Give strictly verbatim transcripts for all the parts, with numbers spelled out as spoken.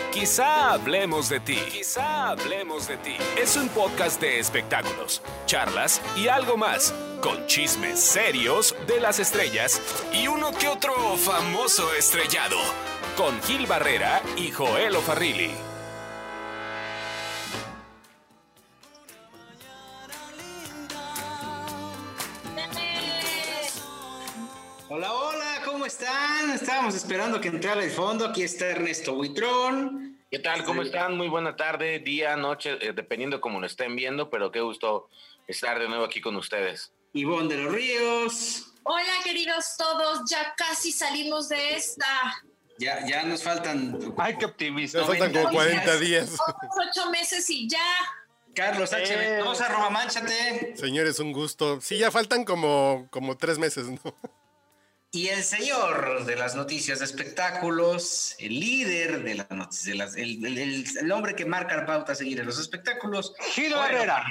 Quizá hablemos de ti. Quizá hablemos de ti. Es un podcast de espectáculos, charlas y algo más, con chismes serios de las estrellas y uno que otro famoso estrellado, con Gil Barrera y Joel O'Farrilly. Hola, hola, ¿cómo están? Estábamos esperando que entrara el fondo. Aquí está Ernesto Buitrón. ¿Qué tal? ¿Cómo están? Muy buena tarde, día, noche, eh, dependiendo cómo lo estén viendo, pero qué gusto estar de nuevo aquí con ustedes. Ivonne de los Ríos. Hola, queridos todos, ya casi salimos de esta. Ya, ya nos faltan... Ay, qué optimista. Nos faltan como cuarenta días. Otros ocho meses y ya. Carlos H. Eh. Mendoza, arroba Mánchate. Señores, un gusto. Sí, ya faltan como, como tres meses, ¿no? Y el señor de las noticias de espectáculos, el líder de las noticias, de las, el, el, el, el hombre que marca la pauta a seguir en los espectáculos, Gil Barrera.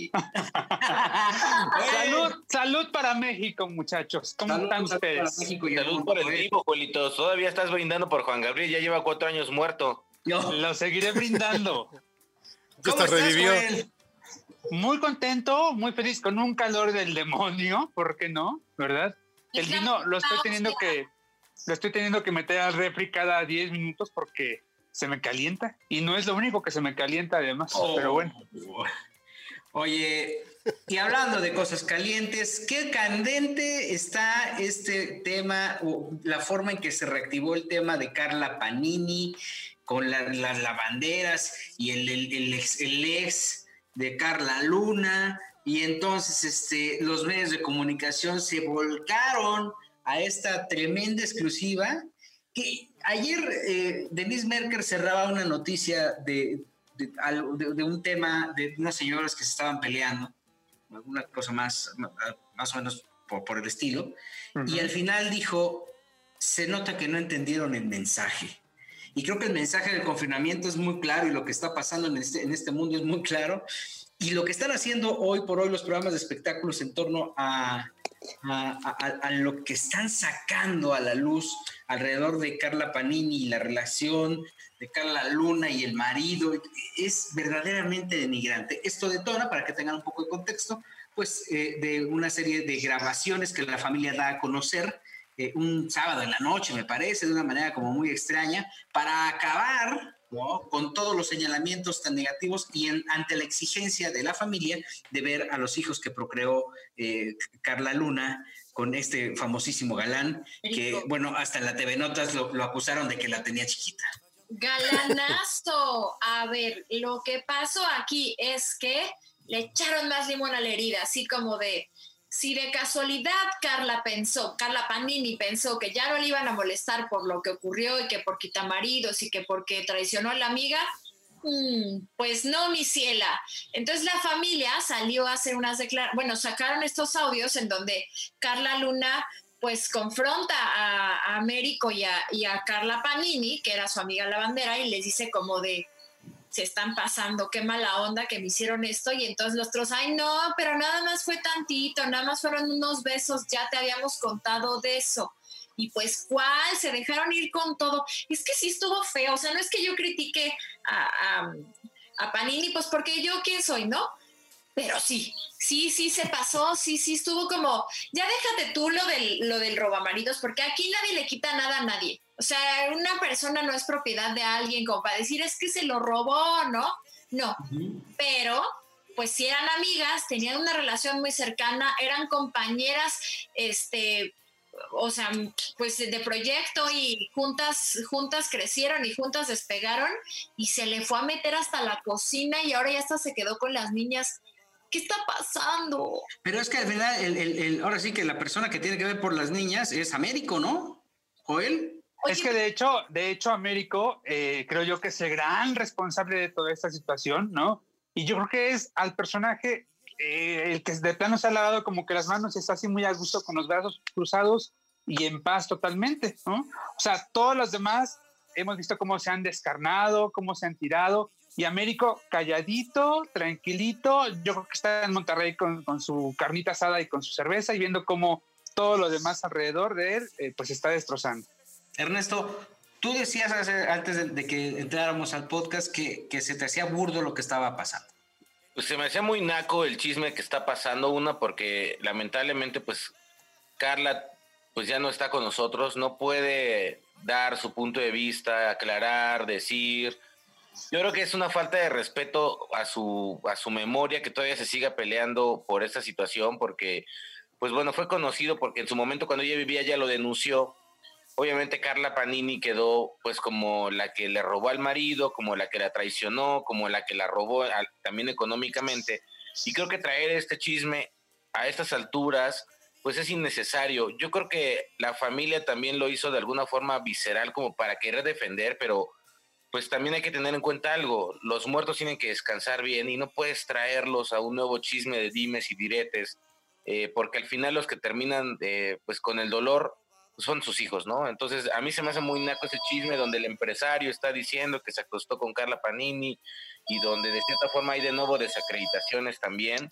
Salud, salud para México, muchachos. ¿Cómo Salud, están salud para ustedes? México y Salud por el vivo, Juelitos. Todavía estás brindando por Juan Gabriel, ya lleva cuatro años muerto. No. Lo seguiré brindando. ¿Cómo Hasta estás, revivió. Joel? Muy contento, muy feliz, con un calor del demonio, ¿por qué no? ¿Verdad? El vino lo estoy teniendo que lo estoy teniendo que meter al refri cada diez minutos porque se me calienta. Y no es lo único que se me calienta además, Oh. pero bueno. Oye, y hablando de cosas calientes, ¿qué candente está este tema, o la forma en que se reactivó el tema de Carla Panini con la, las lavanderas y el, el, el, ex, el ex de Carla Luna? Y entonces este, los medios de comunicación se volcaron a esta tremenda exclusiva que ayer eh, Denise Merker cerraba una noticia de, de, de, de un tema de unas señoras que se estaban peleando, alguna cosa más, más o menos por, por el estilo, uh-huh. Y al final dijo, se nota que no entendieron el mensaje. Y creo que el mensaje del confinamiento es muy claro y lo que está pasando en este, en este mundo es muy claro. Y lo que están haciendo hoy por hoy los programas de espectáculos en torno a, a, a, a lo que están sacando a la luz alrededor de Carla Panini y la relación de Carla Luna y el marido es verdaderamente denigrante. Esto detona, para que tengan un poco de contexto, pues eh, de una serie de grabaciones que la familia da a conocer eh, un sábado en la noche, me parece, de una manera como muy extraña, para acabar, ¿no?, con todos los señalamientos tan negativos y en, ante la exigencia de la familia de ver a los hijos que procreó eh, Carla Luna con este famosísimo galán que, bueno, hasta en la T V Notas lo, lo acusaron de que la tenía chiquita. Galanazo. A ver, lo que pasó aquí es que le echaron más limón a la herida, así como de... Si de casualidad Carla pensó, Carla Panini pensó que ya no le iban a molestar por lo que ocurrió y que por quitamaridos y que porque traicionó a la amiga, mmm, pues no, mi ciela. Entonces la familia salió a hacer unas declaraciones, bueno, sacaron estos audios en donde Carla Luna pues confronta a, a Américo y a, y a Carla Panini, que era su amiga lavandera, y les dice como de... se están pasando, qué mala onda que me hicieron esto, y entonces los otros, ay no, pero nada más fue tantito, nada más fueron unos besos, ya te habíamos contado de eso. Y pues, ¿cuál? Se dejaron ir con todo. Es que sí estuvo feo, o sea, no es que yo critique a, a, a Panini, pues porque yo quién soy, ¿no? Pero sí, sí, sí se pasó, sí, sí estuvo como, ya déjate tú lo del, lo del robamaridos, porque aquí nadie le quita nada a nadie. O sea, una persona no es propiedad de alguien como para decir, es que se lo robó, ¿no? No, uh-huh. Pero pues si eran amigas, tenían una relación muy cercana, eran compañeras, este, o sea, pues de proyecto y juntas, juntas crecieron y juntas despegaron y se le fue a meter hasta la cocina y ahora ya hasta se quedó con las niñas. ¿Qué está pasando? Pero es que al final, el, el, el, ahora sí que la persona que tiene que ver por las niñas es Américo, ¿no? ¿Joel? Es que de hecho, de hecho, Américo, eh, creo yo que es el gran responsable de toda esta situación, ¿no? Y yo creo que es al personaje eh, el que de plano se ha lavado como que las manos y está así muy a gusto con los brazos cruzados y en paz totalmente, ¿no? O sea, todos los demás hemos visto cómo se han descarnado, cómo se han tirado, y Américo calladito, tranquilito, yo creo que está en Monterrey con, con su carnita asada y con su cerveza y viendo cómo todo lo demás alrededor de él, eh, pues está destrozando. Ernesto, tú decías hace, antes de, de que entráramos al podcast que, que se te hacía burdo lo que estaba pasando. Pues se me hacía muy naco el chisme que está pasando, una porque lamentablemente pues Carla pues ya no está con nosotros, no puede dar su punto de vista, aclarar, decir. Yo creo que es una falta de respeto a su, a su memoria que todavía se siga peleando por esta situación, porque pues bueno, fue conocido porque en su momento cuando ella vivía ya lo denunció. Obviamente Carla Panini quedó pues como la que le robó al marido, como la que la traicionó, como la que la robó al, también económicamente. Y creo que traer este chisme a estas alturas pues es innecesario. Yo creo que la familia también lo hizo de alguna forma visceral como para querer defender, pero pues también hay que tener en cuenta algo. Los muertos tienen que descansar bien y no puedes traerlos a un nuevo chisme de dimes y diretes, eh, porque al final los que terminan eh, pues con el dolor son sus hijos, ¿no? Entonces, a mí se me hace muy naco ese chisme donde el empresario está diciendo que se acostó con Carla Panini y donde de cierta forma hay de nuevo desacreditaciones también.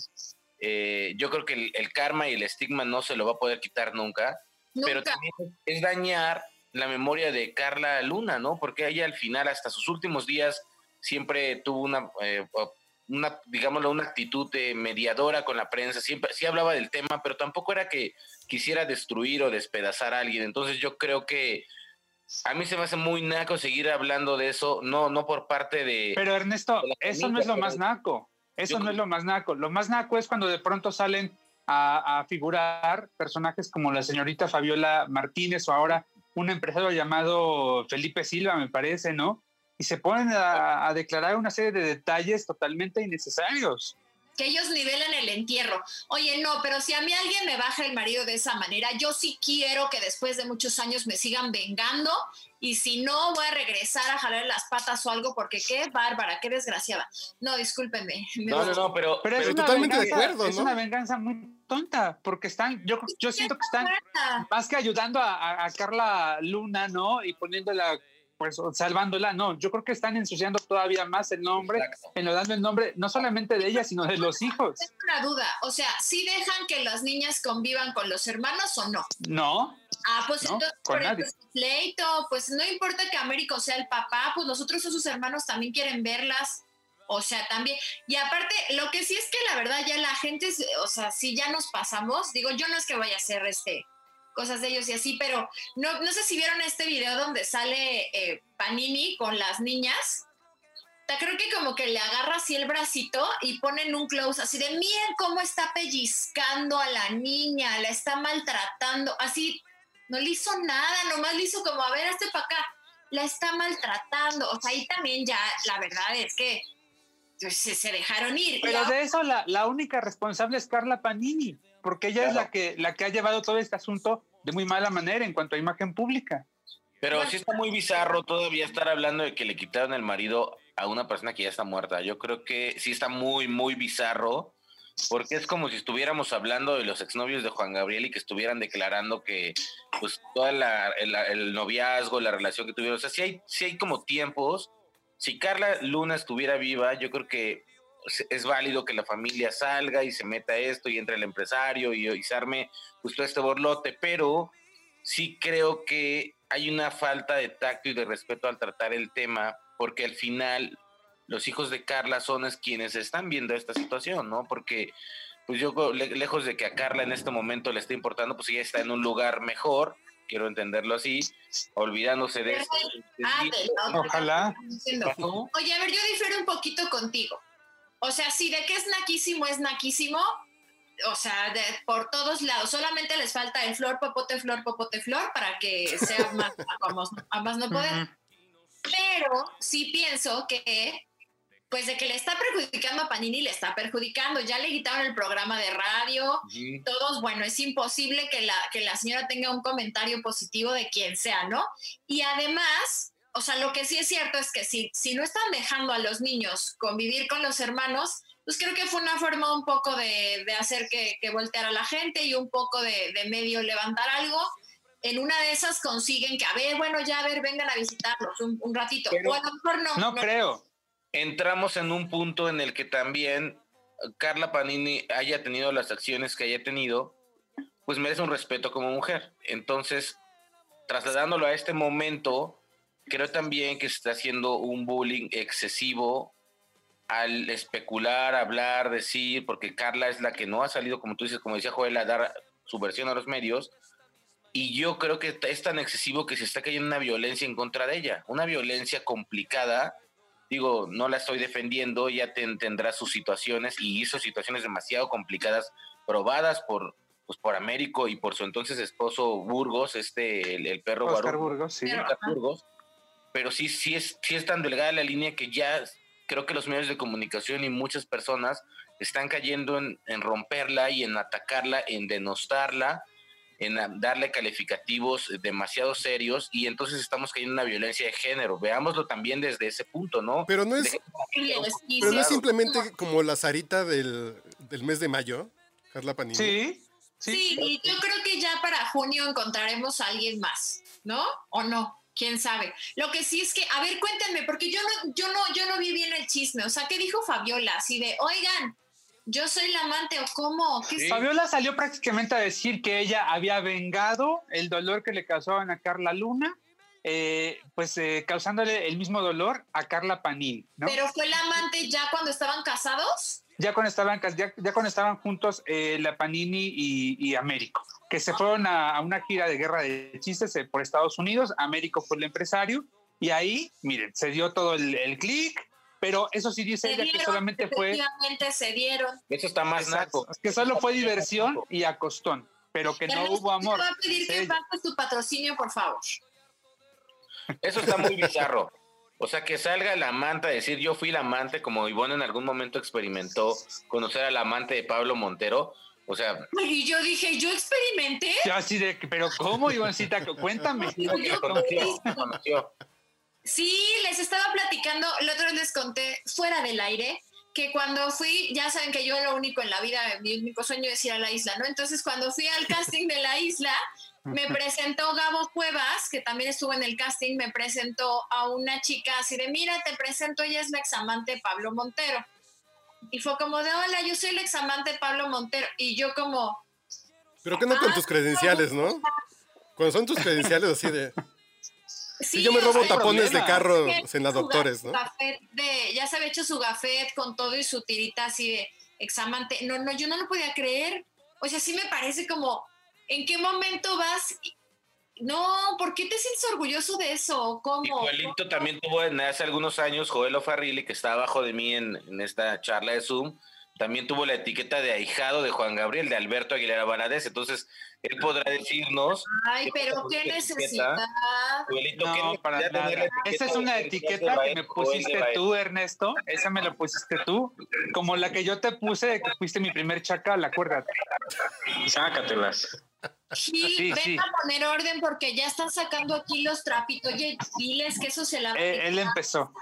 Eh, yo creo que el, el karma y el estigma no se lo va a poder quitar nunca, nunca, pero también es dañar la memoria de Carla Luna, ¿no? Porque ella al final, hasta sus últimos días, siempre tuvo una... Eh, una, digámoslo, una actitud de mediadora con la prensa, siempre sí hablaba del tema, pero tampoco era que quisiera destruir o despedazar a alguien. Entonces yo creo que a mí se me hace muy naco seguir hablando de eso, no, no por parte de... Pero Ernesto, de eso no es lo más naco, eso no es lo más naco. Lo más naco es cuando de pronto salen a, a figurar personajes como la señorita Fabiola Martínez o ahora un empresario llamado Felipe Silva, me parece, ¿no? Y se ponen a, a declarar una serie de detalles totalmente innecesarios. Que ellos nivelan el entierro. Oye, no, pero si a mí alguien me baja el marido de esa manera, yo sí quiero que después de muchos años me sigan vengando y si no, voy a regresar a jalar las patas o algo porque qué bárbara, qué desgraciada. No, discúlpenme. No, no, no, pero... Pero, pero es totalmente venganza, de acuerdo, ¿no? Es una venganza muy tonta, porque están, yo, yo siento que están más que ayudando a, a, a Carla Luna, ¿no? Y poniéndola... pues salvándola, no, yo creo que están ensuciando todavía más el nombre, en lo dando el nombre no solamente de ella, sino de los hijos. Tengo una duda, o sea, ¿sí dejan que las niñas convivan con los hermanos o no? No. Ah, pues no, entonces por el pleito, pues no importa que Américo sea el papá, pues los otros son sus hermanos, también quieren verlas, o sea, también, y aparte, lo que sí es que la verdad ya la gente, o sea, si ya nos pasamos, digo, yo no es que vaya a hacer este... cosas de ellos y así, pero no, no sé si vieron este video donde sale eh, Panini con las niñas. O sea, creo que como que le agarra así el bracito y ponen un close así de miren cómo está pellizcando a la niña, la está maltratando, así, no le hizo nada, nomás le hizo como, a ver, hazte para acá, la está maltratando, o sea, ahí también ya, la verdad es que pues, se, se dejaron ir. Pero de eso la, la única responsable es Carla Panini, porque ella claro. es la que, la que ha llevado todo este asunto de muy mala manera en cuanto a imagen pública. Pero bueno, sí está muy bizarro todavía estar hablando de que le quitaron el marido a una persona que ya está muerta. Yo creo que sí está muy, muy bizarro, porque es como si estuviéramos hablando de los exnovios de Juan Gabriel y que estuvieran declarando que pues toda la, el, el noviazgo, la relación que tuvieron, o sea, sí hay, sí hay como tiempos. Si Carla Luna estuviera viva, yo creo que es válido que la familia salga y se meta esto y entre el empresario y, y se arme justo este borlote, pero sí creo que hay una falta de tacto y de respeto al tratar el tema, porque al final los hijos de Carla son es quienes están viendo esta situación, ¿no? Porque pues yo lejos de que a Carla en este momento le esté importando, pues ella está en un lugar mejor, quiero entenderlo así, olvidándose de esto. Ah, de Ojalá. Oye, a ver, yo difiero un poquito contigo. O sea, sí, de que es naquísimo, es naquísimo, o sea, de, por todos lados. Solamente les falta el flor, popote, flor, popote, flor, para que sea más, vamos, a más no poder. Uh-huh. Pero sí pienso que, pues de que le está perjudicando a Panini, le está perjudicando. Ya le quitaron el programa de radio, uh-huh. Todos, bueno, es imposible que la, que la señora tenga un comentario positivo de quien sea, ¿no? Y además... O sea, lo que sí es cierto es que si, si no están dejando a los niños convivir con los hermanos, pues creo que fue una forma un poco de, de hacer que, que volteara la gente y un poco de, de medio levantar algo. En una de esas consiguen que, a ver, bueno, ya, a ver, vengan a visitarlos un, un ratito. Pero o a lo mejor no. No, no creo. Entramos en un punto en el que también Carla Panini haya tenido las acciones que haya tenido, pues merece un respeto como mujer. Entonces, trasladándolo a este momento... creo también que se está haciendo un bullying excesivo al especular, hablar, decir, porque Carla es la que no ha salido, como tú dices, como decía Joel, a dar su versión a los medios, y yo creo que es tan excesivo que se está cayendo una violencia en contra de ella, una violencia complicada. Digo, no la estoy defendiendo, ella ten, tendrá sus situaciones y hizo situaciones demasiado complicadas, probadas por, pues, por Américo y por su entonces esposo Burgos, este, el, el perro Oscar Guarú, Burgos, sí. Oscar Burgos, pero sí, sí es, sí es tan delgada la línea que ya creo que los medios de comunicación y muchas personas están cayendo en, en romperla y en atacarla, en denostarla, en darle calificativos demasiado serios, y entonces estamos cayendo en una violencia de género. Veámoslo también desde ese punto, ¿no? Pero no es, de, pero no es simplemente como la Sarita del, del mes de mayo, Carla Panini. Sí, sí, sí, y yo creo que ya para junio encontraremos a alguien más, ¿no? ¿O no? ¿Quién sabe? Lo que sí es que, a ver, cuéntenme, porque yo no, yo no, yo no vi bien el chisme. O sea, ¿qué dijo Fabiola? Así de, oigan, yo soy la amante, o cómo. ¿Qué sí. Fabiola salió prácticamente a decir que ella había vengado el dolor que le causaban a Carla Luna, eh, pues eh, causándole el mismo dolor a Carla Panini, ¿no? Pero fue la amante ya cuando estaban casados. Ya cuando estaban, ya, ya cuando estaban juntos eh, la Panini y, y Américo, que se fueron a, a una gira de guerra de chistes eh, por Estados Unidos. Américo fue el empresario y ahí, miren, se dio todo el, el clic. Pero eso sí dice se ella dieron, que solamente fue... Efectivamente se dieron. Eso está más naco. Que solo fue diversión y acostón, pero que pero no hubo amor. Te voy a pedir que bajes tu patrocinio, por favor. Eso está muy bizarro. O sea, que salga la amante a decir, yo fui la amante, como Ivonne en algún momento experimentó conocer a la amante de Pablo Montero. O sea... Y yo dije, ¿yo experimenté? Yo así de, pero ¿cómo, Ivoncita? Cuéntame. Yo conoció, conoció. Sí, les estaba platicando, el otro día les conté fuera del aire que cuando fui, ya saben que yo lo único en la vida, mi único sueño es ir a la isla, ¿no? Entonces cuando fui al casting de la isla, me presentó Gabo Cuevas, que también estuvo en el casting, me presentó a una chica así de, mira, te presento, ella es la examante de Pablo Montero. Y fue como de, hola, yo soy la examante de Pablo Montero. Y yo como... Pero que no con ah, tus credenciales, ¿no? Cuando son tus credenciales así de... Sí, sí, yo me robo tapones de carro en las doctores, ¿no? De, ya se había hecho su gafet con todo y su tirita así de examante. No, no, yo no lo podía creer. O sea, sí me parece como, ¿en qué momento vas? No, ¿por qué te sientes orgulloso de eso? ¿Cómo? Y Joelito también tuvo en hace algunos años, Joel O'Farrilli, que está abajo de mí en, en esta charla de Zoom, también tuvo la etiqueta de ahijado de Juan Gabriel, de Alberto Aguilera Valadez. Entonces, él podrá decirnos... Ay, pero qué necesidad. Joelito, no, ¿qué necesidad para nada. Esa es una etiqueta que me pusiste tú, Ernesto. Esa me la pusiste tú. Como la que yo te puse, que fuiste mi primer chacal, acuérdate. Sácatelas. Sí, sí, ven sí. a poner orden porque ya están sacando aquí los trapitos. Oye, diles que eso se la... Eh, él empezó.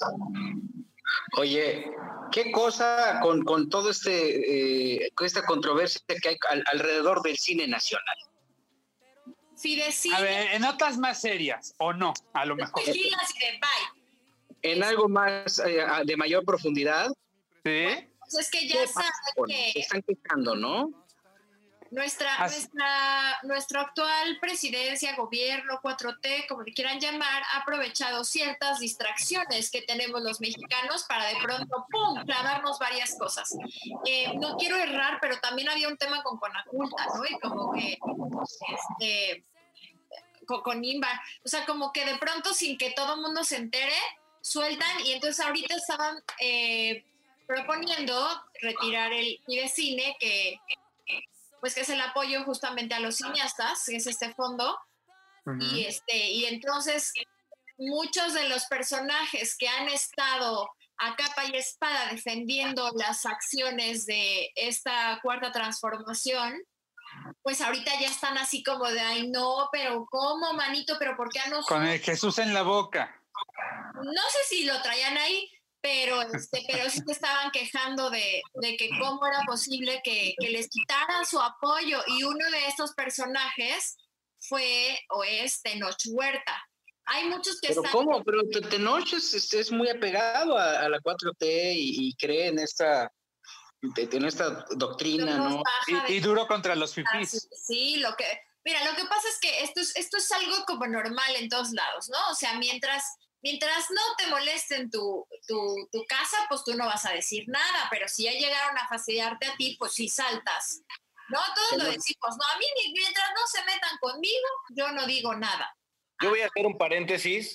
Oye, ¿qué cosa con, con todo este, eh, con esta controversia que hay al, alrededor del cine nacional? Fidecine. A ver, en otras más serias, o no, a lo mejor. De bye. En algo más eh, de mayor profundidad. Sí. Bueno, pues es que ya saben que... Se están quejando, ¿no? Nuestra, nuestra, nuestra actual presidencia, gobierno, cuatro T, como le quieran llamar, ha aprovechado ciertas distracciones que tenemos los mexicanos para de pronto, ¡pum!, clavarnos varias cosas. Eh, no quiero errar, pero también había un tema con Conaculta, ¿no? Y como que, este, con, con Inbar, o sea, como que de pronto sin que todo el mundo se entere, sueltan y entonces ahorita estaban eh, proponiendo retirar el Fidecine, que... pues que es el apoyo justamente a los cineastas, que es este fondo, uh-huh. y este y entonces muchos de los personajes que han estado a capa y espada defendiendo las acciones de esta cuarta transformación, pues ahorita ya están así como de, ay no, pero ¿cómo, manito? ¿Pero por qué a nosotros? Con el Jesús en la boca. No sé si lo traían ahí, pero este, pero sí se estaban quejando de, de que cómo era posible que, que les quitaran su apoyo, y uno de estos personajes fue o es Tenoch Huerta. Hay muchos que ¿Pero están... cómo? Pero Tenoch es, es, es muy apegado a, a la cuatro T y, y cree en esta, en esta doctrina, ¿no? Y, y duro contra los fifís. Sí, sí, lo que... Mira, lo que pasa es que esto es, esto es algo como normal en todos lados, ¿no? O sea, mientras, mientras no te molesten tu, tu, tu casa, pues tú no vas a decir nada, pero si ya llegaron a fastidiarte a ti, pues sí saltas, ¿no? Todos lo decimos, no, a mí mientras no se metan conmigo, yo no digo nada. Yo voy a hacer un paréntesis,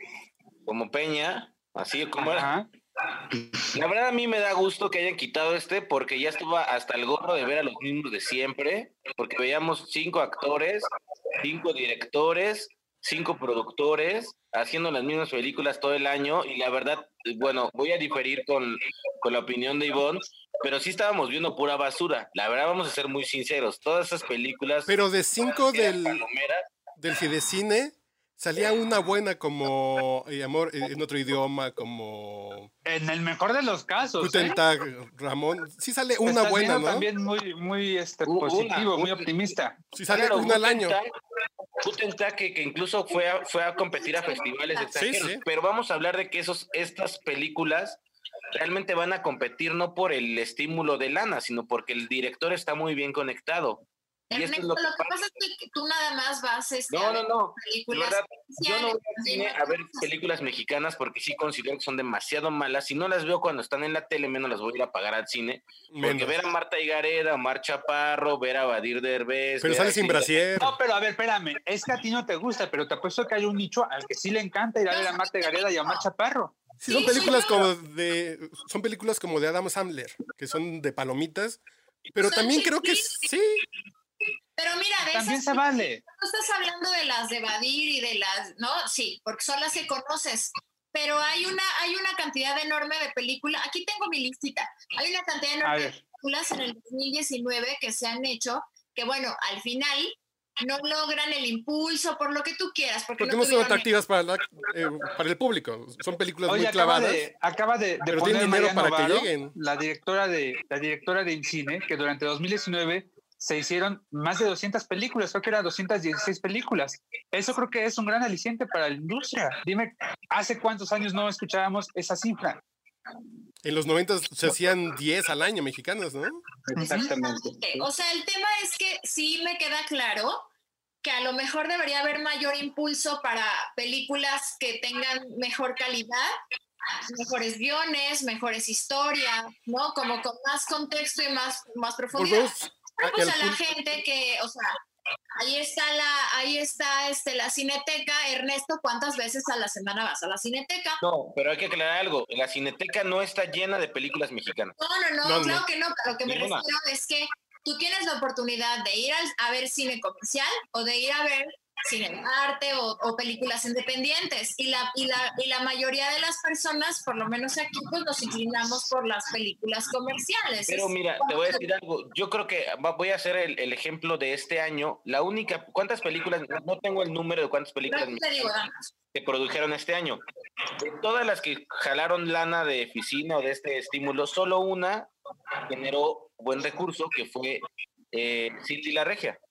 como Peña, así como era. La verdad a mí me da gusto que hayan quitado este porque ya estuvo hasta el gorro de ver a los mismos de siempre, porque veíamos cinco actores, cinco directores, cinco productores haciendo las mismas películas todo el año y la verdad, bueno, voy a diferir con, con la opinión de Ivonne, pero sí estábamos viendo pura basura. La verdad vamos a ser muy sinceros, todas esas películas... Pero de cinco del, del Fidecine... Salía una buena como eh, Amor en otro idioma, como... En el mejor de los casos, Guten ¿eh? Tag, Ramón. Sí sale una Estás buena, ¿no? También muy, muy este, positivo, una, muy optimista. Sí sale claro, una al año. Guten Tag, que, que incluso fue a, fue a competir a festivales extranjeros. Sí, sí. Pero vamos a hablar de que esos, estas películas realmente van a competir no por el estímulo de lana, sino porque el director está muy bien conectado. Y esto es lo, que, lo que pasa es que tú nada más vas este, no, no, no. películas verdad, yo no voy al cine a ver películas mexicanas porque sí considero que son demasiado malas. Si no las veo cuando están en la tele, menos las voy a ir a pagar al cine. Porque menos. Ver a Marta Higareda, a Omar Chaparro, ver a Badir Derbez... Pero sale sin brasier. No, pero a ver, espérame. Es que a ti no te gusta, pero te apuesto que hay un nicho al que sí le encanta ir a ver a Marta Higareda y a Omar Chaparro. Sí, son películas como de... Son películas como de Adam Sandler, que son de palomitas. Pero también creo que sí... Pero mira, de también esas, se vale. Tú estás hablando de las de Badir y de las, ¿no? Sí, porque son las que conoces. Pero hay una, hay una cantidad enorme de películas. Aquí tengo mi listita. Hay una cantidad enorme de películas en el dos mil diecinueve que se han hecho que, bueno, al final no logran el impulso por lo que tú quieras. Porque, porque no, no son atractivas para, la, eh, para el público. Son películas Oye, muy clavadas. Acaba de, acaba de, de pero tienen dinero para Novaro, que lleguen. La directora de, la directora de cine, que durante dos mil diecinueve se hicieron más de doscientas películas, creo que eran doscientas dieciséis películas. Eso creo que es un gran aliciente para la industria. Dime, ¿hace cuántos años no escuchábamos esa cifra? En los noventas se hacían diez al año mexicanas, ¿no? Exactamente. O sea, el tema es que sí me queda claro que a lo mejor debería haber mayor impulso para películas que tengan mejor calidad, mejores guiones, mejores historias, ¿no? Como con más contexto y más, más profundidad. Volvemos pues a la gente que, o sea, ahí está la, ahí está este, la Cineteca. Ernesto, ¿cuántas veces a la semana vas a la Cineteca? No, pero hay que aclarar algo. La Cineteca no está llena de películas mexicanas. No, no, no, no claro no. que no. Lo que me Ninguna. refiero es que tú tienes la oportunidad de ir a, a ver cine comercial o de ir a ver cine de arte o, o películas independientes y la, y, la, y la mayoría de las personas, por lo menos aquí, pues nos inclinamos por las películas comerciales. Pero es, mira, te voy a decir algo, yo creo que voy a hacer el, el ejemplo de este año, la única, ¿cuántas películas? No tengo el número de cuántas películas no te digo, se produjeron este año. De todas las que jalaron lana de oficina o de este estímulo, solo una generó buen recurso, que fue eh, Cindy la Regia.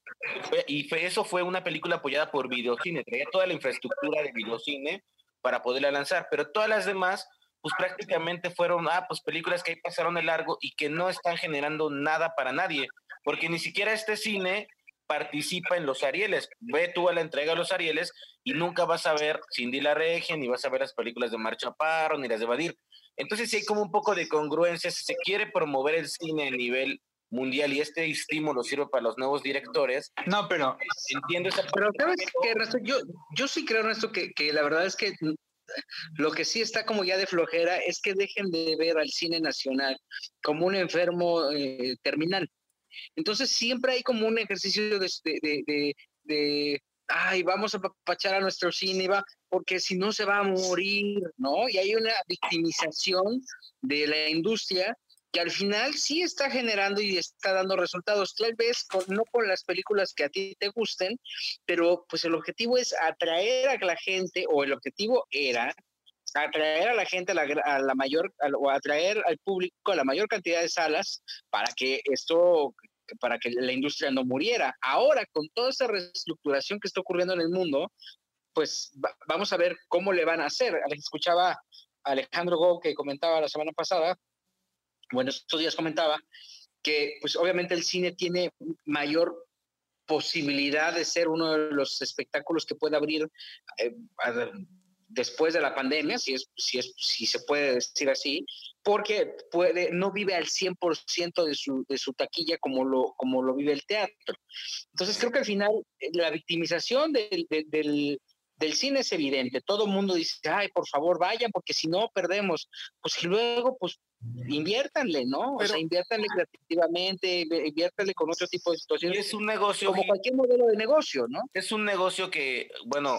Y fue, eso fue una película apoyada por Videocine, traía toda la infraestructura de Videocine para poderla lanzar, pero todas las demás, pues prácticamente fueron, ah, pues películas que ahí pasaron de largo y que no están generando nada para nadie, porque ni siquiera este cine participa en los Arieles. Ve tú a la entrega de los Arieles y nunca vas a ver Cindy la Regia, ni vas a ver las películas de Omar Chaparro, ni las de Badir. Entonces sí hay como un poco de congruencia, si se quiere promover el cine a nivel mundial y este estímulo sirve para los nuevos directores. No, pero entiendo esa pero sabes que Ernesto, yo yo sí creo Ernesto que, que la verdad es que lo que sí está como ya de flojera es que dejen de ver al cine nacional como un enfermo eh, terminal. Entonces siempre hay como un ejercicio de de, de, de, de ay, vamos a apapachar a nuestro cine, va, porque si no se va a morir, ¿no? Y hay una victimización de la industria que al final sí está generando y está dando resultados, tal vez con, no con las películas que a ti te gusten, pero pues el objetivo es atraer a la gente, o el objetivo era atraer a la gente a la, a la mayor, a, o atraer al público a la mayor cantidad de salas para que esto, para que la industria no muriera. Ahora, con toda esta reestructuración que está ocurriendo en el mundo, pues va, vamos a ver cómo le van a hacer. Escuchaba a Alejandro Gou que comentaba la semana pasada, bueno, estos días comentaba que pues obviamente el cine tiene mayor posibilidad de ser uno de los espectáculos que puede abrir eh, a, después de la pandemia, si, es, si, es, si se puede decir así, porque puede, no vive al cien por ciento de su, de su taquilla como lo, como lo vive el teatro. Entonces creo que al final la victimización del, del, del, del cine es evidente. Todo el mundo dice, ay, por favor, vayan, porque si no, perdemos. Pues y luego, pues, inviértanle, ¿no? Pero, o sea, inviértanle creativamente, inviértanle con otro tipo de situaciones. Es un negocio. Como cualquier modelo de negocio, ¿no? Es un negocio que, bueno,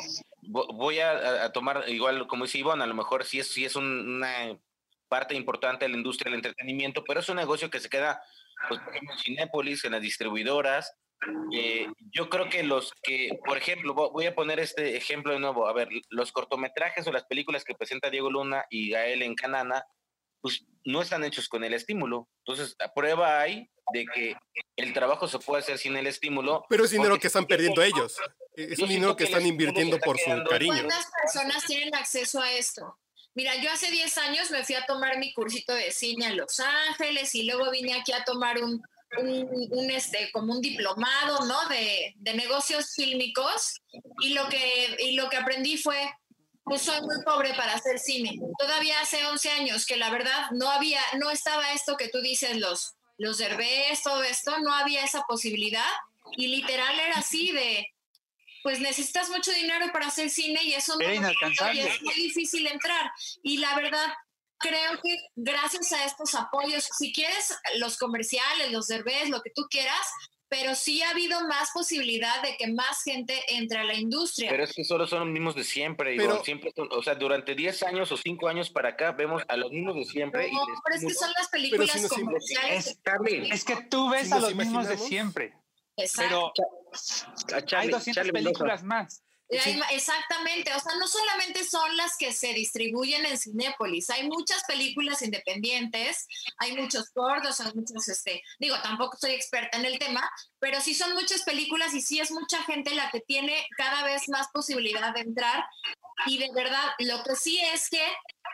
voy a, a tomar, igual como dice Ivonne, a lo mejor sí es, sí es un, una parte importante de la industria del entretenimiento, pero es un negocio que se queda, pues, por ejemplo, en Cinépolis, en las distribuidoras. Eh, yo creo que los que, por ejemplo, voy a poner este ejemplo de nuevo, a ver, los cortometrajes o las películas que presenta Diego Luna y Gael en Canana, pues no están hechos con el estímulo. Entonces, la prueba hay de que el trabajo se puede hacer sin el estímulo. Pero es dinero que están perdiendo ellos. Es un dinero que están invirtiendo por su cariño. ¿Cuántas personas tienen acceso a esto? Mira, yo hace diez años me fui a tomar mi cursito de cine a Los Ángeles y luego vine aquí a tomar un, un, un este, como un diplomado, ¿no? De, de negocios fílmicos y lo que, y lo que aprendí fue, pues soy muy pobre para hacer cine. Todavía hace once años que la verdad no había, no estaba esto que tú dices, los, los Derbez, todo esto, no había esa posibilidad y literal era así de, pues necesitas mucho dinero para hacer cine y eso no era inalcanzable. Y es muy difícil entrar. Y la verdad, creo que gracias a estos apoyos, si quieres los comerciales, los Derbez, lo que tú quieras, pero sí ha habido más posibilidad de que más gente entre a la industria. Pero es que solo son los mismos de siempre, pero, igual, siempre son, o sea, durante diez años o cinco años para acá vemos a los mismos de siempre. No, y pero es que son las películas si comerciales. Es, es que tú ves si a los mismos de siempre. Exacto. Pero Charlie, hay doscientas Charlie películas Mendoza. Más. Sí. Exactamente, o sea, no solamente son las que se distribuyen en Cinépolis, hay muchas películas independientes, hay muchos cortos, hay muchos, este, digo, tampoco soy experta en el tema, pero sí son muchas películas y sí es mucha gente la que tiene cada vez más posibilidad de entrar y de verdad, lo que sí es que,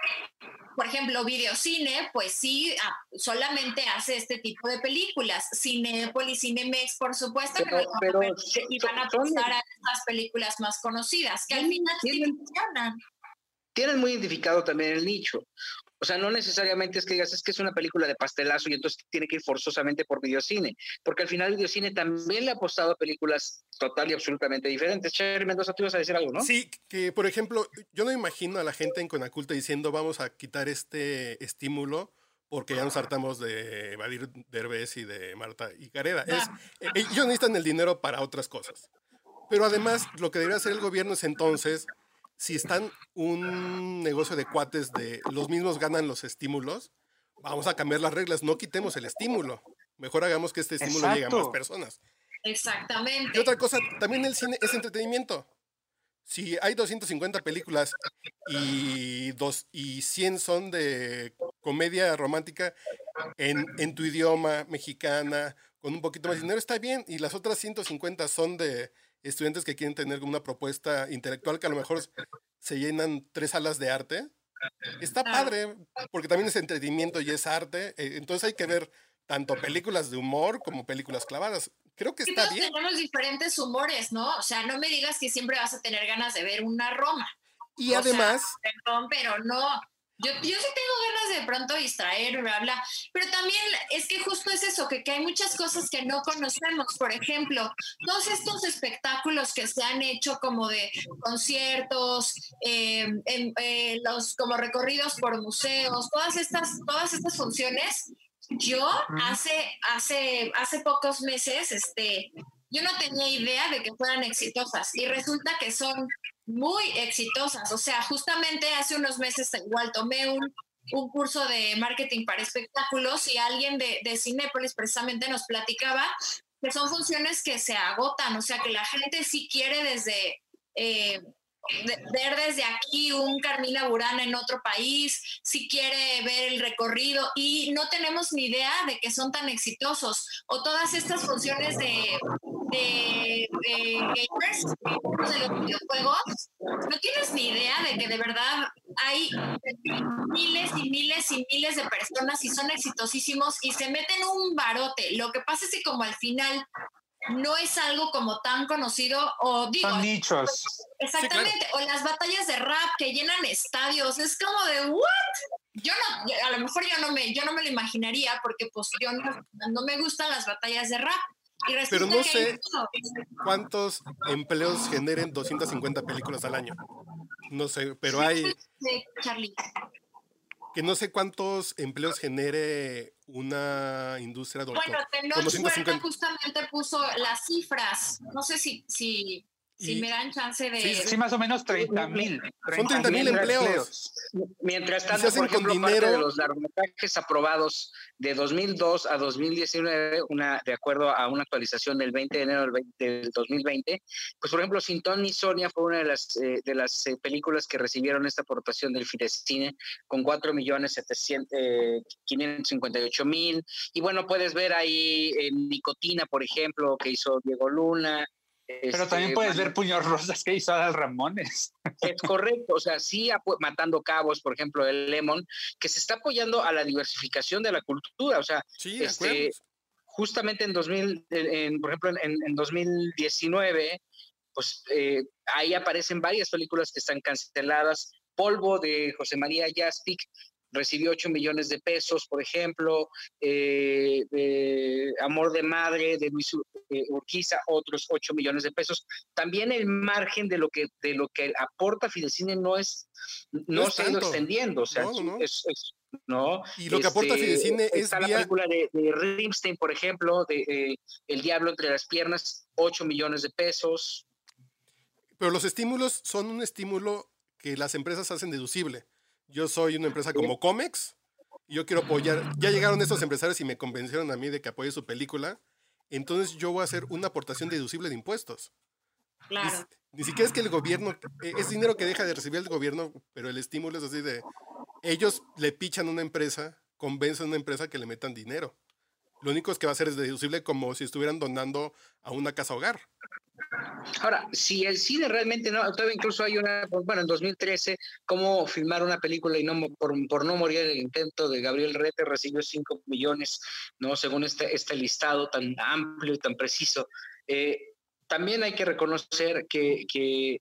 por ejemplo, Videocine, pues sí, ah, solamente hace este tipo de películas. Cinépolis, Cinemex, por supuesto, pero, que pero, van a y van a apostar a estas películas más conocidas, que al final sí funcionan. Tienen muy identificado también el nicho. O sea, no necesariamente es que digas, es que es una película de pastelazo y entonces tiene que ir forzosamente por Videocine, porque al final Videocine también le ha apostado a películas total y absolutamente diferentes. Charlie Mendoza, tú ibas a decir algo, ¿no? Sí, que por ejemplo, yo no imagino a la gente en Conaculta diciendo vamos a quitar este estímulo porque ya nos hartamos de evadir Derbez y de Marta y Gareda. Es, eh, ellos necesitan el dinero para otras cosas. Pero además, lo que debería hacer el gobierno es entonces, si están un negocio de cuates de los mismos ganan los estímulos, vamos a cambiar las reglas, no quitemos el estímulo. Mejor hagamos que este estímulo Exacto. llegue a más personas. Exactamente. Y otra cosa, también el cine es entretenimiento. Si hay doscientas cincuenta películas y, dos, y cien son de comedia romántica en, en tu idioma, mexicana, con un poquito más de dinero, está bien. Y las otras ciento cincuenta son de estudiantes que quieren tener una propuesta intelectual que a lo mejor se llenan tres salas de arte. Está padre, porque también es entretenimiento y es arte. Entonces hay que ver tanto películas de humor como películas clavadas. Creo que está bien. Tenemos diferentes humores, ¿no? O sea, no me digas que siempre vas a tener ganas de ver una Roma. Y o además... Sea, perdón, pero no... Yo, yo sí tengo ganas de pronto distraer, bla, bla, pero también es que justo es eso, que, que hay muchas cosas que no conocemos. Por ejemplo, todos estos espectáculos que se han hecho como de conciertos, eh, en, eh, los como recorridos por museos, todas estas, todas estas funciones. Yo hace, hace, hace pocos meses, este, yo no tenía idea de que fueran exitosas y resulta que son muy exitosas. O sea, justamente hace unos meses igual tomé un, un curso de marketing para espectáculos y alguien de, de Cinépolis precisamente nos platicaba que son funciones que se agotan, o sea, que la gente sí quiere desde... Eh, De, ver desde aquí un Carmina Burana en otro país, si quiere ver el recorrido y no tenemos ni idea de que son tan exitosos o todas estas funciones de, de, de gamers, de los videojuegos, no tienes ni idea de que de verdad hay miles y miles y miles de personas y son exitosísimos y se meten un barote. Lo que pasa es que como al final no es algo como tan conocido, o digo... Son nichos. Exactamente, sí, claro. O las batallas de rap que llenan estadios, es como de, ¿what? Yo no, a lo mejor yo no me, yo no me lo imaginaría, porque pues yo no, no me gustan las batallas de rap. Y pero no sé cuántos empleos generen doscientas cincuenta películas al año. No sé, pero sí, hay... Sí, Charlie. Que no sé cuántos empleos genere una industria. Bueno, Tenoch Huerta justamente puso las cifras. No sé si, si, si y, me dan chance de... Sí, sí más o menos treinta mil. Son treinta mil empleos. Mientras tanto, por ejemplo, parte dinero, de los largometrajes aprobados de dos mil dos a dos mil diecinueve, una, de acuerdo a una actualización del veinte de enero del, veinte, del dos mil veinte, pues por ejemplo, Sin Ton ni Sonia fue una de las, eh, de las eh, películas que recibieron esta aportación del Fidecine con cuatro millones quinientos cincuenta y ocho mil. Y bueno, puedes ver ahí eh, Nicotina, por ejemplo, que hizo Diego Luna. Pero este, también puedes ver Puños Rosas que hizo Adal Ramones. Es correcto, o sea, sí, Matando Cabos, por ejemplo, el Lemon, que se está apoyando a la diversificación de la cultura, o sea, sí, este, justamente en dos mil, en, por ejemplo, en, en dos mil diecinueve, pues eh, ahí aparecen varias películas que están canceladas. Polvo de José María Jaspic recibió ocho millones de pesos, por ejemplo. eh, eh, Amor de Madre de Luis eh, Urquiza, otros ocho millones de pesos. También el margen de lo que, de lo que aporta Fidecine no es, no, no se ha ido extendiendo, o sea, no, no. Es, es, no. Y lo que este, aporta Fidecine es está vía... la película de, de Rimstein, por ejemplo, de eh, El Diablo entre las piernas, ocho millones de pesos. Pero los estímulos son un estímulo que las empresas hacen deducible. Yo soy una empresa como Comex, y yo quiero apoyar, ya llegaron estos empresarios y me convencieron a mí de que apoye su película, entonces yo voy a hacer una aportación deducible de impuestos. Claro. Ni, ni siquiera es que el gobierno, es dinero que deja de recibir el gobierno, pero el estímulo es así de, ellos le pichan a una empresa, convencen a una empresa que le metan dinero. Lo único es que va a ser es deducible como si estuvieran donando a una casa hogar. Ahora, si el cine realmente no, todavía incluso hay una, bueno, en dos mil trece, cómo filmar una película y no por, por no morir en el intento de Gabriel Rete recibió cinco millones, ¿no? Según este, este listado tan amplio y tan preciso. Eh, también hay que reconocer que, que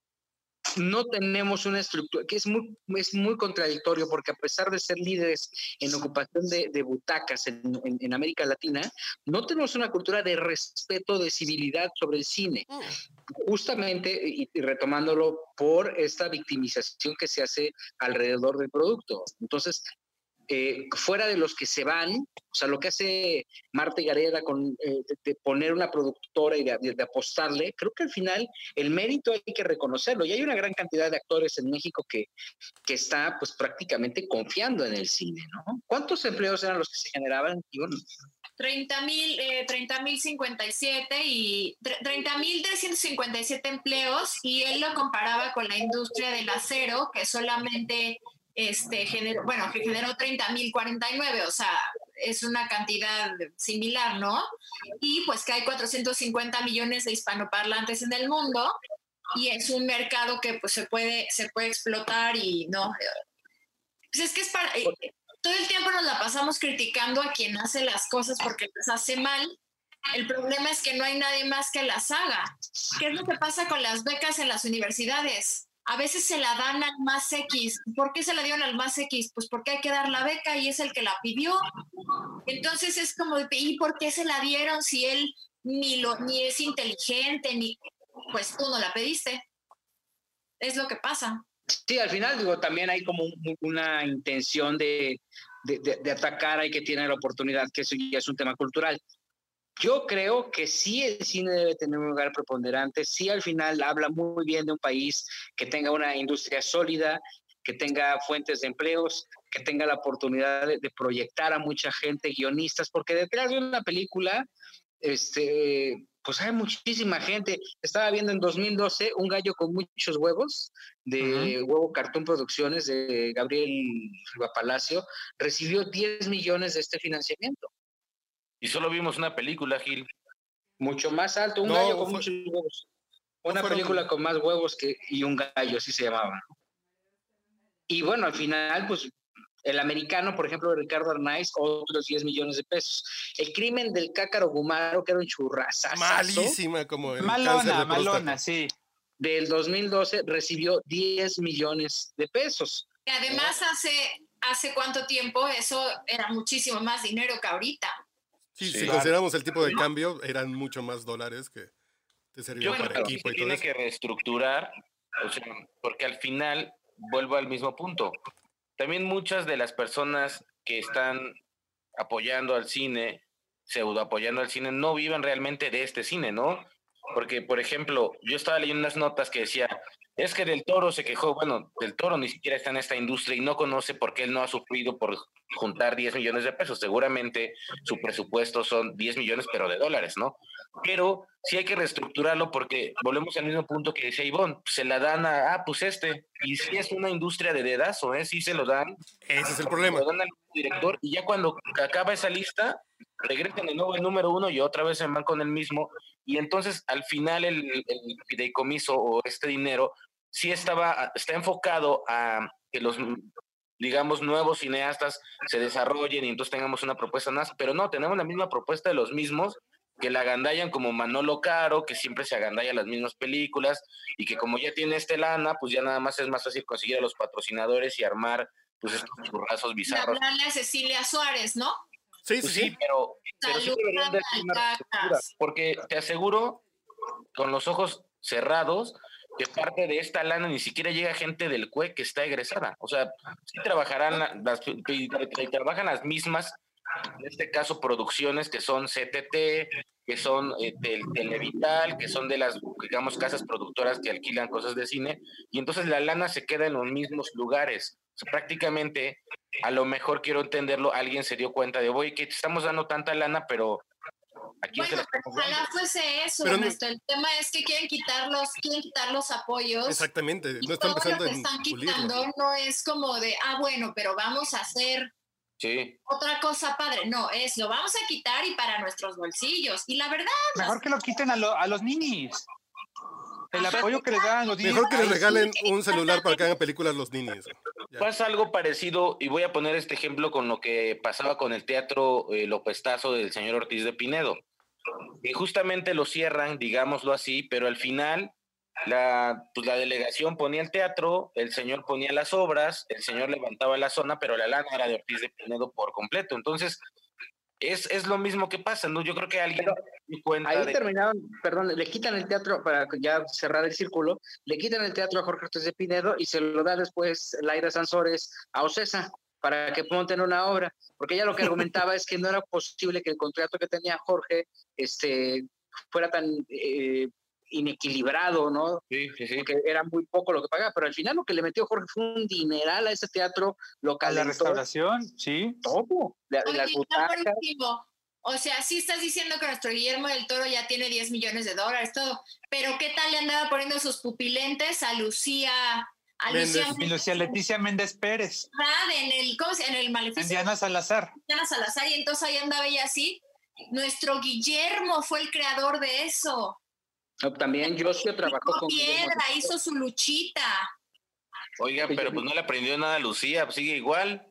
no tenemos una estructura, que es muy, es muy contradictorio, porque a pesar de ser líderes en ocupación de, de butacas en, en, en América Latina, no tenemos una cultura de respeto, de civilidad sobre el cine. Justamente, y, y retomándolo, por esta victimización que se hace alrededor del producto. Entonces, eh, fuera de los que se van, o sea, lo que hace Marta y Gareda con eh, de, de poner una productora y de, de, de apostarle, creo que al final el mérito hay que reconocerlo. Y hay una gran cantidad de actores en México que, que está pues prácticamente confiando en el cine, ¿no? ¿Cuántos empleos eran los que se generaban? Yo no. treinta mil, eh, treinta mil cincuenta y siete y treinta mil trescientos cincuenta y siete empleos, y él lo comparaba con la industria del acero, que solamente este generó, bueno, que generó treinta mil cuarenta y nueve, o sea, es una cantidad similar, ¿no? Y pues que hay cuatrocientos cincuenta millones de hispanoparlantes en el mundo, y es un mercado que pues se puede, se puede explotar, y no, pues es que es para... Todo el tiempo nos la pasamos criticando a quien hace las cosas porque las hace mal. El problema es que no hay nadie más que las haga. ¿Qué es lo que pasa con las becas en las universidades? A veces se la dan al más X. ¿Por qué se la dieron al más X? Pues porque hay que dar la beca y es el que la pidió. Entonces es como, ¿y por qué se la dieron si él ni, lo, ni es inteligente, ni pues tú no la pediste? Es lo que pasa. Sí, al final, digo, también hay como un, una intención de, de, de, de atacar al que tiene la oportunidad, que eso ya es un tema cultural. Yo creo que sí el cine debe tener un lugar preponderante, sí al final habla muy bien de un país que tenga una industria sólida, que tenga fuentes de empleos, que tenga la oportunidad de, de proyectar a mucha gente, guionistas, porque detrás de una película, este... pues hay muchísima gente. Estaba viendo en dos mil doce Un gallo con muchos huevos, de uh-huh. Huevo Cartoon Producciones, de Gabriel Rivapalacio, recibió diez millones de este financiamiento. Y solo vimos una película, Gil. Mucho más alto, Un no, gallo con fue, muchos huevos. Una no película con más huevos que y un gallo, así se llamaba. Y bueno, al final, pues El Americano, por ejemplo, de Ricardo Arnaiz, otros diez millones de pesos. El Crimen del Cácaro Gumaro, que era un churrazazo. Malísima, como el Malona, cáncer de próstata. malona, sí. Del dos mil doce recibió diez millones de pesos. Y además hace, hace cuánto tiempo eso era muchísimo más dinero que ahorita. Sí, Sí, si claro. consideramos el tipo de cambio, eran mucho más dólares que te servían Yo para creo que equipo se y todo tiene eso. que reestructurar, o sea, porque al final vuelvo al mismo punto. También muchas de las personas que están apoyando al cine, pseudo apoyando al cine, no viven realmente de este cine, ¿no? Porque, por ejemplo, yo estaba leyendo unas notas que decía, es que Del Toro se quejó, bueno, Del Toro ni siquiera está en esta industria y no conoce por qué él no ha sufrido por juntar diez millones de pesos. Seguramente su presupuesto son diez millones, pero de dólares, ¿no? Pero sí hay que reestructurarlo porque volvemos al mismo punto que decía Ivonne, se la dan a, ah, pues este, y si es una industria de dedazo, ¿eh? Sí se lo dan. Ese es el problema. Lo dan al director y ya cuando acaba esa lista, regresan de nuevo el número uno y otra vez se van con el mismo y entonces al final el, el fideicomiso o este dinero sí estaba, está enfocado a que los, digamos, nuevos cineastas se desarrollen y entonces tengamos una propuesta más, pero no, tenemos la misma propuesta de los mismos que la agandallan como Manolo Caro, que siempre se agandalla las mismas películas y que como ya tiene este lana, pues ya nada más es más fácil conseguir a los patrocinadores y armar pues estos churrazos Y bizarros. hablarle a Cecilia Suárez, ¿no? Sí, sí, Pues sí. sí, pero, pero sí Salud, deberían de hacer una reestructura, porque te aseguro, con los ojos cerrados, que parte de esta lana ni siquiera llega gente del C U E que está egresada. O sea, sí trabajarán la- las, y trabajan las mismas, en este caso, producciones que son C T T, que son eh, del Televital, que son de las, digamos, casas productoras que alquilan cosas de cine, y entonces la lana se queda en los mismos lugares. O sea, prácticamente, a lo mejor quiero entenderlo, alguien se dio cuenta de, oye, que te estamos dando tanta lana, pero aquí se Bueno, la pero estamos ojalá dando. fuese eso, Pero no- Ernesto. El tema es que quieren quitar los, quieren quitar los apoyos. Exactamente. Y No están todo pensando lo que en están pulirlo. quitando no es como de, ah, bueno, pero vamos a hacer Sí. otra cosa padre. No, es lo vamos a quitar y para nuestros bolsillos. Y la verdad, Mejor que lo quiten a, lo- a los ninis. El Ajá, apoyo que les dan a los ninis. Mejor que les Ay, regalen un celular para que hagan películas los ninis. Ya. Pasa algo parecido, y voy a poner este ejemplo con lo que pasaba con el teatro eh, Lopestazo del señor Ortiz de Pinedo. Que justamente lo cierran, digámoslo así, pero al final la, pues la delegación ponía el teatro, el señor ponía las obras, el señor levantaba la zona, pero la lana era de Ortiz de Pinedo por completo. Entonces, es, es lo mismo que pasa, ¿no? Yo creo que alguien Pero se dio cuenta Ahí de... terminaron, perdón, le quitan el teatro, para ya cerrar el círculo, le quitan el teatro a Jorge Ortiz de Pinedo y se lo da después Laira Sansores a Ocesa para que monten una obra, porque ella lo que argumentaba es que no era posible que el contrato que tenía Jorge este, fuera tan eh, inequilibrado, ¿no? Sí, sí, sí. Porque era muy poco lo que pagaba, pero al final lo que le metió Jorge fue un dineral a ese teatro a local. la restauración, sí. Todo, la- oye, las está butacas. buenísimo. O sea, sí estás diciendo que nuestro Guillermo del Toro ya tiene diez millones de dólares, todo. Pero ¿qué tal le andaba poniendo sus pupilentes a Lucía, a Lucía, Méndez. Y Lucía Leticia Méndez Pérez, Andrade en el, ¿cómo se llama? En el en Maleficio Diana Salazar. de Diana Salazar, y entonces ahí andaba ella así. Nuestro Guillermo fue el creador de eso. No, también Josio trabajó Picó con Guillermo piedra, del Toro. hizo su luchita. Oiga, pero pues no le aprendió nada a Lucía, pues sigue igual.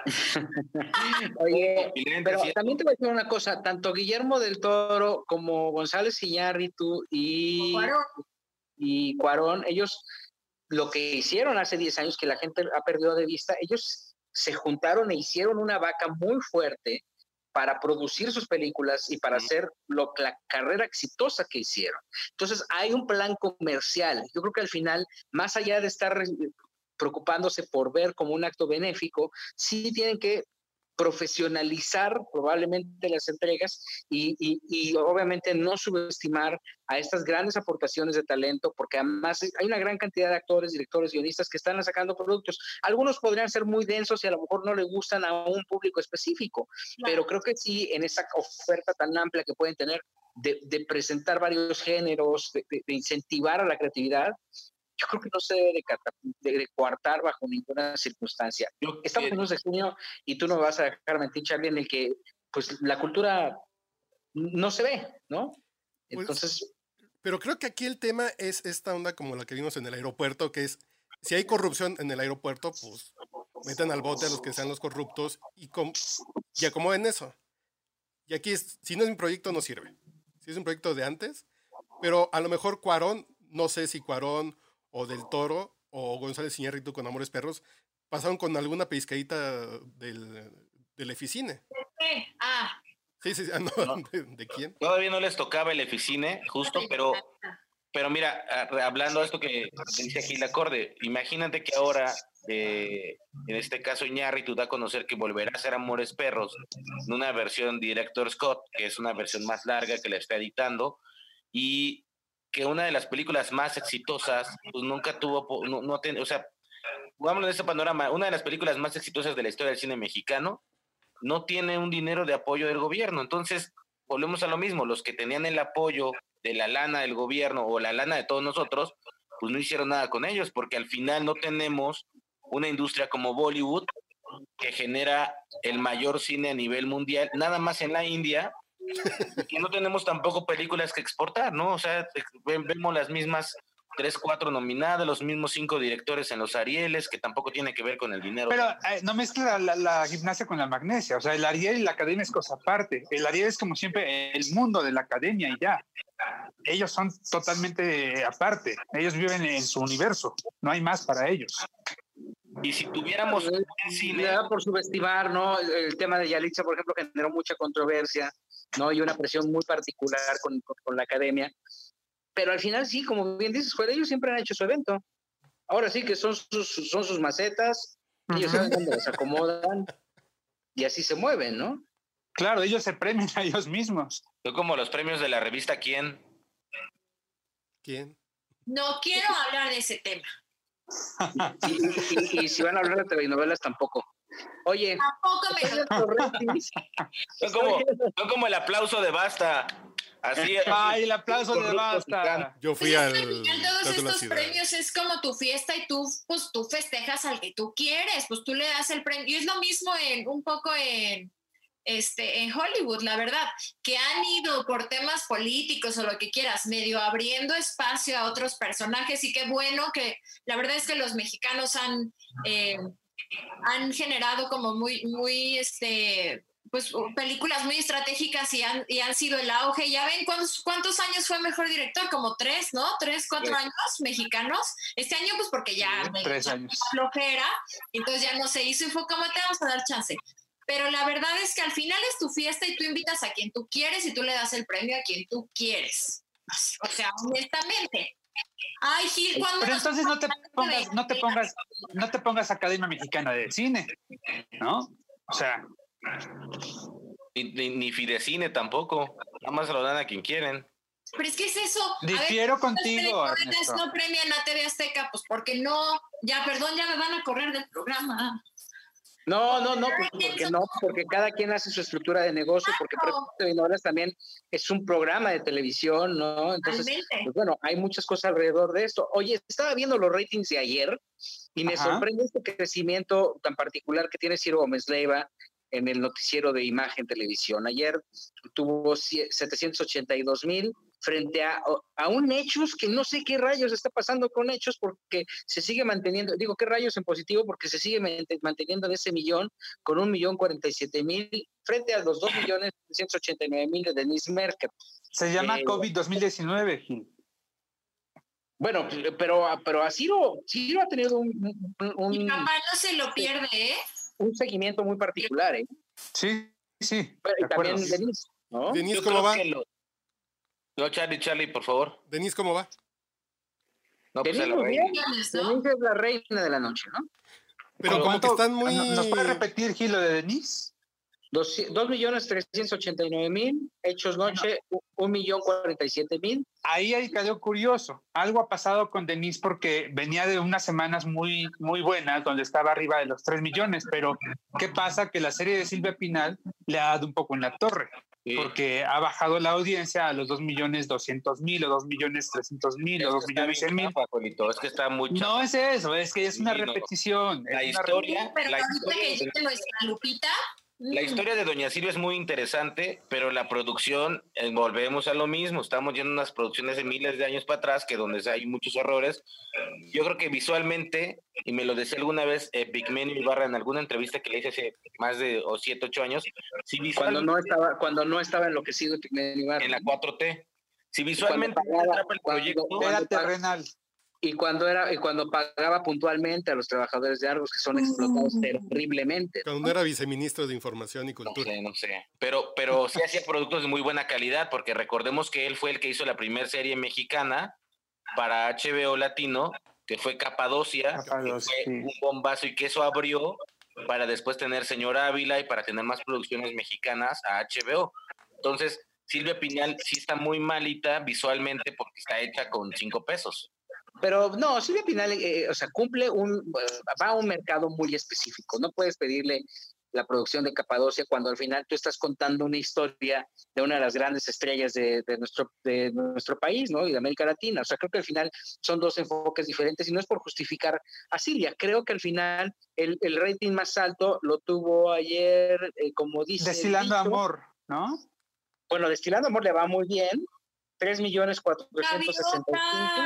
Oye, Pupilentes, pero ¿sí? también te voy a decir una cosa, tanto Guillermo del Toro como González Iñárritu y, Cuarón. y Cuarón, ellos lo que hicieron hace diez años, que la gente ha perdido de vista, ellos se juntaron e hicieron una vaca muy fuerte para producir sus películas y para Ujú. hacer lo, la carrera exitosa que hicieron. Entonces hay un plan comercial. Yo creo que al final, más allá de estar preocupándose por ver como un acto benéfico, sí tienen que profesionalizar probablemente las entregas y, y, y obviamente no subestimar a estas grandes aportaciones de talento, porque además hay una gran cantidad de actores, directores, guionistas que están sacando productos. Algunos podrían ser muy densos y a lo mejor no le gustan a un público específico, Claro. pero creo que sí, en esa oferta tan amplia que pueden tener de, de presentar varios géneros, de, de, de incentivar a la creatividad, yo creo que no se debe de, catap- de, de coartar bajo ninguna circunstancia. Yo Estamos en quiero- un sexenio y tú no me vas a dejar mentir, Charlie, en el que pues la cultura no se ve, ¿no? Pues, Entonces, Pero creo que aquí el tema es esta onda como la que vimos en el aeropuerto, que es, si hay corrupción en el aeropuerto, pues metan al bote a los que sean los corruptos y, com y acomoden eso. Y aquí, es, si no es un proyecto, no sirve. Si es un proyecto de antes, pero a lo mejor Cuarón, no sé si Cuarón o Del Toro o González Iñárritu con Amores Perros pasaron con alguna pellizcadita del, del Eficine. ¿Qué? Ah. Sí, sí, sí. Ah, no, No. ¿De, ¿De quién? Todavía no les tocaba el Eficine, justo, pero, pero mira, hablando de esto que dice Gil Acorde, imagínate que ahora, eh, en este caso Iñárritu da a conocer que volverá a hacer Amores Perros en una versión Director Scott, que es una versión más larga que la está editando, y que una de las películas más exitosas, pues nunca tuvo, no, no ten, o sea, jugámoslo en ese panorama, una de las películas más exitosas de la historia del cine mexicano no tiene un dinero de apoyo del gobierno. Entonces, volvemos a lo mismo, los que tenían el apoyo de la lana del gobierno o la lana de todos nosotros, pues no hicieron nada con ellos, porque al final no tenemos una industria como Bollywood que genera el mayor cine a nivel mundial, nada más en la India, y no tenemos tampoco películas que exportar, ¿no? O sea, vemos las mismas tres, cuatro nominadas, los mismos cinco directores en los Arieles, que tampoco tiene que ver con el dinero. Pero eh, no mezcla la, la gimnasia con la magnesia. O sea, el Ariel y la academia es cosa aparte. El Ariel es como siempre el mundo de la academia y ya. Ellos son totalmente aparte. Ellos viven en su universo. No hay más para ellos. Y si tuviéramos un cine... por subestimar, ¿no? El tema de Yalitza, por ejemplo, generó mucha controversia, ¿no? Y una presión muy particular con, con, con la academia. Pero al final sí, como bien dices, Joel, ellos siempre han hecho su evento. Ahora sí que son sus, son sus macetas, uh-huh. Ellos saben dónde las acomodan y así se mueven, ¿no? Claro, ellos se premian a ellos mismos. Son como los premios de la revista ¿Quién? ¿Quién? No quiero hablar de ese tema. Y, y, y, y si van a hablar de telenovelas tampoco. Oye, tampoco me son como, son como el aplauso de Basta. Así es. Ay, el aplauso de Basta. Yo fui al. Todos estos premios es como tu fiesta y tú, pues tú festejas al que tú quieres, pues tú le das el premio. Y es lo mismo en un poco en, este, en Hollywood, la verdad, que han ido por temas políticos o lo que quieras, medio abriendo espacio a otros personajes y qué bueno que la verdad es que los mexicanos han, eh, han generado como muy, muy, este... pues películas muy estratégicas y han, y han sido el auge. Ya ven cuántos, cuántos años fue mejor director, como tres, ¿no? Tres, cuatro sí. años mexicanos. Este año, pues porque ya sí, tres años. flojera, entonces ya no se hizo y fue como te vamos a dar chance. Pero la verdad es que al final es tu fiesta y tú invitas a quien tú quieres y tú le das el premio a quien tú quieres. O sea, honestamente. Ay, Gil, ¿cuándo Pero entonces no te pongas, no te pongas, no te pongas Academia Mexicana de Cine, ¿no? O sea, Ni, ni, ni Fidecine tampoco, nada más se lo dan a quien quieren. Pero es que es eso. Difiero a ver, contigo, Ernesto. No premian a T V Azteca, pues porque no, ya, perdón, ya me van a correr del programa. No, no, no, porque no, porque cada quien hace su estructura de negocio, porque Telenovelas también es un programa de televisión, ¿no? Entonces, pues bueno, hay muchas cosas alrededor de esto. Oye, estaba viendo los ratings de ayer y me Ajá. sorprende este crecimiento tan particular que tiene Ciro Gómez Leiva en el noticiero de Imagen Televisión. Ayer tuvo setecientos ochenta y dos mil frente a, a un Hechos que no sé qué rayos está pasando con Hechos porque se sigue manteniendo, digo qué rayos en positivo porque se sigue manteniendo en ese millón con un millón cuarenta y siete mil frente a los dos millones trescientos ochenta y nueve mil de Denise Merker. Se llama eh, COVID dos mil diecinueve, Gil. Bueno, pero, pero a Ciro, Ciro ha tenido un... un, un Mi papá no se lo pierde, ¿eh? Un seguimiento muy particular, ¿eh? Sí, sí. Pero, y también Denise, ¿no? Denise, ¿cómo va? Lo... No, Charlie, Charlie, por favor. Denise, ¿cómo va? No, pues Denise, la reina. Denise es la reina de la noche, ¿no? Pero como que están muy... ¿Nos puede repetir, Gil, lo de Denise? Dos millones trescientos ochenta y nueve mil, Hechos Noche, un millón cuarenta y siete mil. Ahí hay algo curioso. Algo ha pasado con Denise porque venía de unas semanas muy, muy buenas donde estaba arriba de los tres millones, pero ¿qué pasa? Que la serie de Silvia Pinal le ha dado un poco en la torre. Sí. Porque ha bajado la audiencia a los dos millones doscientos mil o dos millones trescientos mil o dos millones cien mil. Es que está muy chafa. No es eso, es que es una sí, repetición. La es historia. Una... Pero la ahorita historia que dice nuestra Lupita, La historia de Doña Silvia es muy interesante, pero la producción, eh, volvemos a lo mismo, estamos yendo a unas producciones de miles de años para atrás, que donde hay muchos errores. Yo creo que visualmente, y me lo decía alguna vez eh, Pigmenio Ibarra en alguna entrevista que le hice hace más de o siete, ocho años, si cuando no estaba, cuando no estaba enloquecido Pigmenio Ibarra. En la cuatro T. Si visualmente pagaba, atrapa el proyecto, cuando, era cuando terrenal. Y cuando era y cuando pagaba puntualmente a los trabajadores de Argos, que son explotados terriblemente. Cuando era viceministro de Información y Cultura. No sé, no sé. Pero, pero sí hacía productos de muy buena calidad, porque recordemos que él fue el que hizo la primera serie mexicana para H B O Latino, que fue Capadocia, Capadocia, que fue sí. un bombazo y que eso abrió para después tener Señor Ávila y para tener más producciones mexicanas a H B O. Entonces, Silvia Pinal sí está muy malita visualmente porque está hecha con cinco pesos. Pero no, Silvia Pinal, eh, o sea, cumple un, va a un mercado muy específico. No puedes pedirle la producción de Capadocia cuando al final tú estás contando una historia de una de las grandes estrellas de, de, nuestro, de nuestro país, ¿no? Y de América Latina. O sea, creo que al final son dos enfoques diferentes y no es por justificar a Silvia. Creo que al final el, el rating más alto lo tuvo ayer, eh, como dice... Destilando dicho, Amor, ¿no? Bueno, Destilando Amor le va muy bien. tres millones cuatrocientos sesenta y cinco.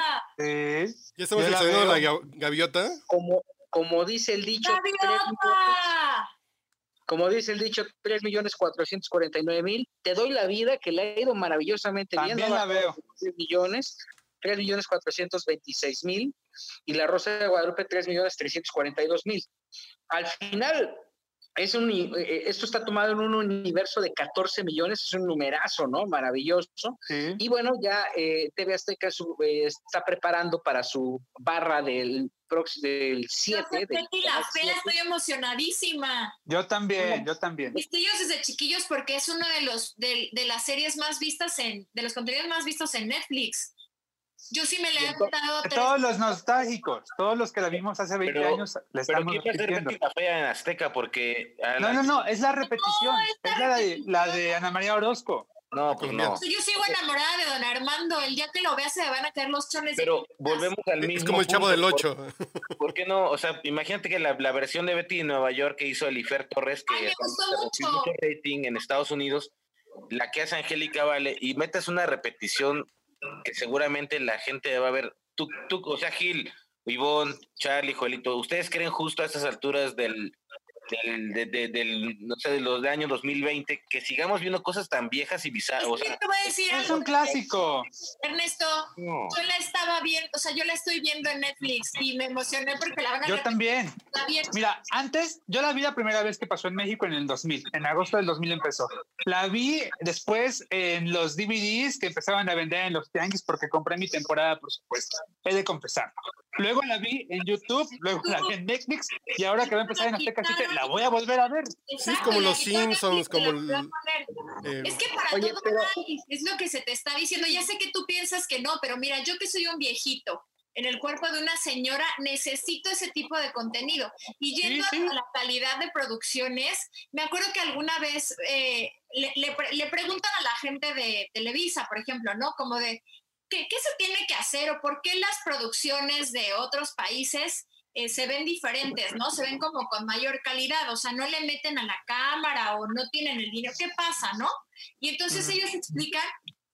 Sí. ¿Ya estamos Yo la examinando la veo. ga- gaviota? Como, como dice el dicho, tres millones, ¡Gaviota! como dice el dicho, tres millones cuatrocientos cuarenta y nueve mil. Te doy la vida, que le ha ido maravillosamente bien. También ¿no? la veo. tres millones, tres millones cuatrocientos veintiséis mil. Y La Rosa de Guadalupe, tres millones trescientos cuarenta y dos mil. Al final, es un, eh, esto está tomado en un universo de catorce millones, es un numerazo, ¿no? Maravilloso. Sí. Y bueno, ya eh, T V Azteca su, eh, está preparando para su barra del, prox- del Yo siete. sé, Del Betty la canal Fea, siete. estoy emocionadísima. Yo también, yo también. Mis tíos desde chiquillos porque es uno de los de, de las series más vistas en, de los contenidos más vistos en Netflix. Yo sí me le he dado tres. Todos los nostálgicos, todos los que la vimos hace veinte Pero- años, la Pero estamos ¿quién va a ser repitiendo. Betty la Fea en Azteca? Porque... a No, la- no, no, es la repetición. No, es es la de, la de Ana María Orozco. No, pues no. Yo sigo enamorada de don Armando. El día que lo vea se me van a caer los chones. de Pero pintas. volvemos al mismo Es como el Chavo punto. del ¿Por- Ocho. ¿Por qué no? O sea, imagínate que la, la versión de Betty de Nueva York que hizo Elifer Torres, que Ay, me gustó rompió mucho. mucho rating en Estados Unidos, la que hace Angélica Vale, y metes una repetición que seguramente la gente va a ver. Tú, tú, o sea, Gil, Ivonne, Charlie, Joelito, ¿ustedes creen justo a estas alturas del, del, de, de- del no sé, de los de año dos mil veinte que sigamos viendo cosas tan viejas y bizarras? Es O que sea, te voy a decir Es algo, un clásico. Ernesto. no. Yo la estaba viendo, o sea, yo la estoy viendo en Netflix y me emocioné porque la van a Yo repetir. también. Está bien. Mira, antes, yo la vi la primera vez que pasó en México en el dos mil, en agosto del dos mil empezó. La vi después en los D V Ds que empezaban a vender en los tianguis porque compré mi temporada, por supuesto. He de confesarlo. Luego la vi en YouTube, luego la vi en Netflix y ahora que va a empezar en Azteca siete, la voy a volver a ver. Sí, es como Exacto, los y la guitarra Simpsons, sí como te la el- voy a poner. Eh, Es que para Oye, todo pero- hay, es lo que se te está diciendo. Ya sé que tú piensas que no, pero mira, yo que soy un viejito en el cuerpo de una señora, necesito ese tipo de contenido. Y yendo Sí, sí. a la calidad de producciones, me acuerdo que alguna vez eh, le, le pre- le preguntan a la gente de Televisa, por ejemplo, ¿no? Como de, ¿qué, qué se tiene que hacer o por qué las producciones de otros países eh, se ven diferentes, ¿no? Se ven como con mayor calidad, o sea, no le meten a la cámara o no tienen el dinero. ¿Qué pasa, no? Y entonces ellos explican,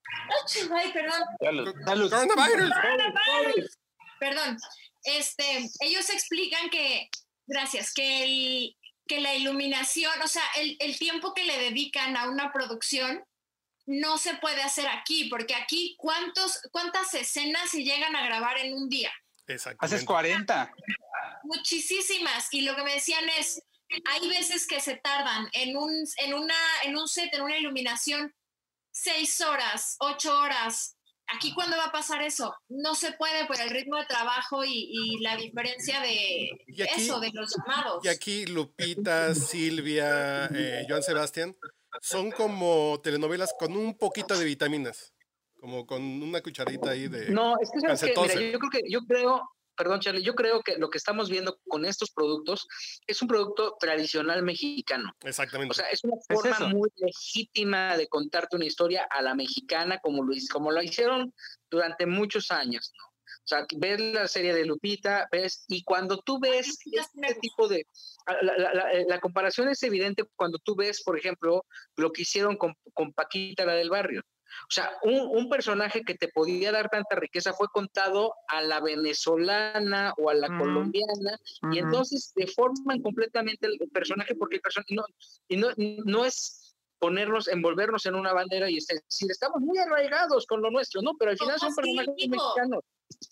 ay, perdón, Salud. Salud. Coronavirus. perdón, este, ellos explican que, gracias, que, el, que la iluminación, o sea, el, el tiempo que le dedican a una producción no se puede hacer aquí, porque aquí, ¿cuántos, ¿cuántas escenas se llegan a grabar en un día? Exactamente. Haces cuarenta. Muchísimas. Y lo que me decían es, hay veces que se tardan en un, en una, en un set, en una iluminación, seis horas, ocho horas. Aquí, ¿cuándo va a pasar eso? No se puede por el ritmo de trabajo y, y la diferencia de Y aquí- eso, de los llamados. Y aquí Lupita, Silvia, eh, Joan Sebastián son como telenovelas con un poquito de vitaminas, como con una cucharadita ahí de... No, es que sabes que, mira, calcetose. yo creo que, yo creo, perdón, Charlie, yo creo que lo que estamos viendo con estos productos es un producto tradicional mexicano. Exactamente. O sea, es una forma eso. muy legítima de contarte una historia a la mexicana, como lo, hic- como lo hicieron durante muchos años, ¿no? O sea, ves la serie de Lupita, ves, y cuando tú ves este tipo de... La, la, la, la comparación es evidente cuando tú ves, por ejemplo, lo que hicieron con, con Paquita, la del barrio. O sea, un, un personaje que te podía dar tanta riqueza fue contado a la venezolana o a la uh-huh. colombiana, uh-huh. y entonces deforman completamente el personaje porque el personaje no, y no, no es ponernos, envolvernos en una bandera y decir, estamos muy arraigados con lo nuestro, no, pero al final son personajes tipo? mexicanos.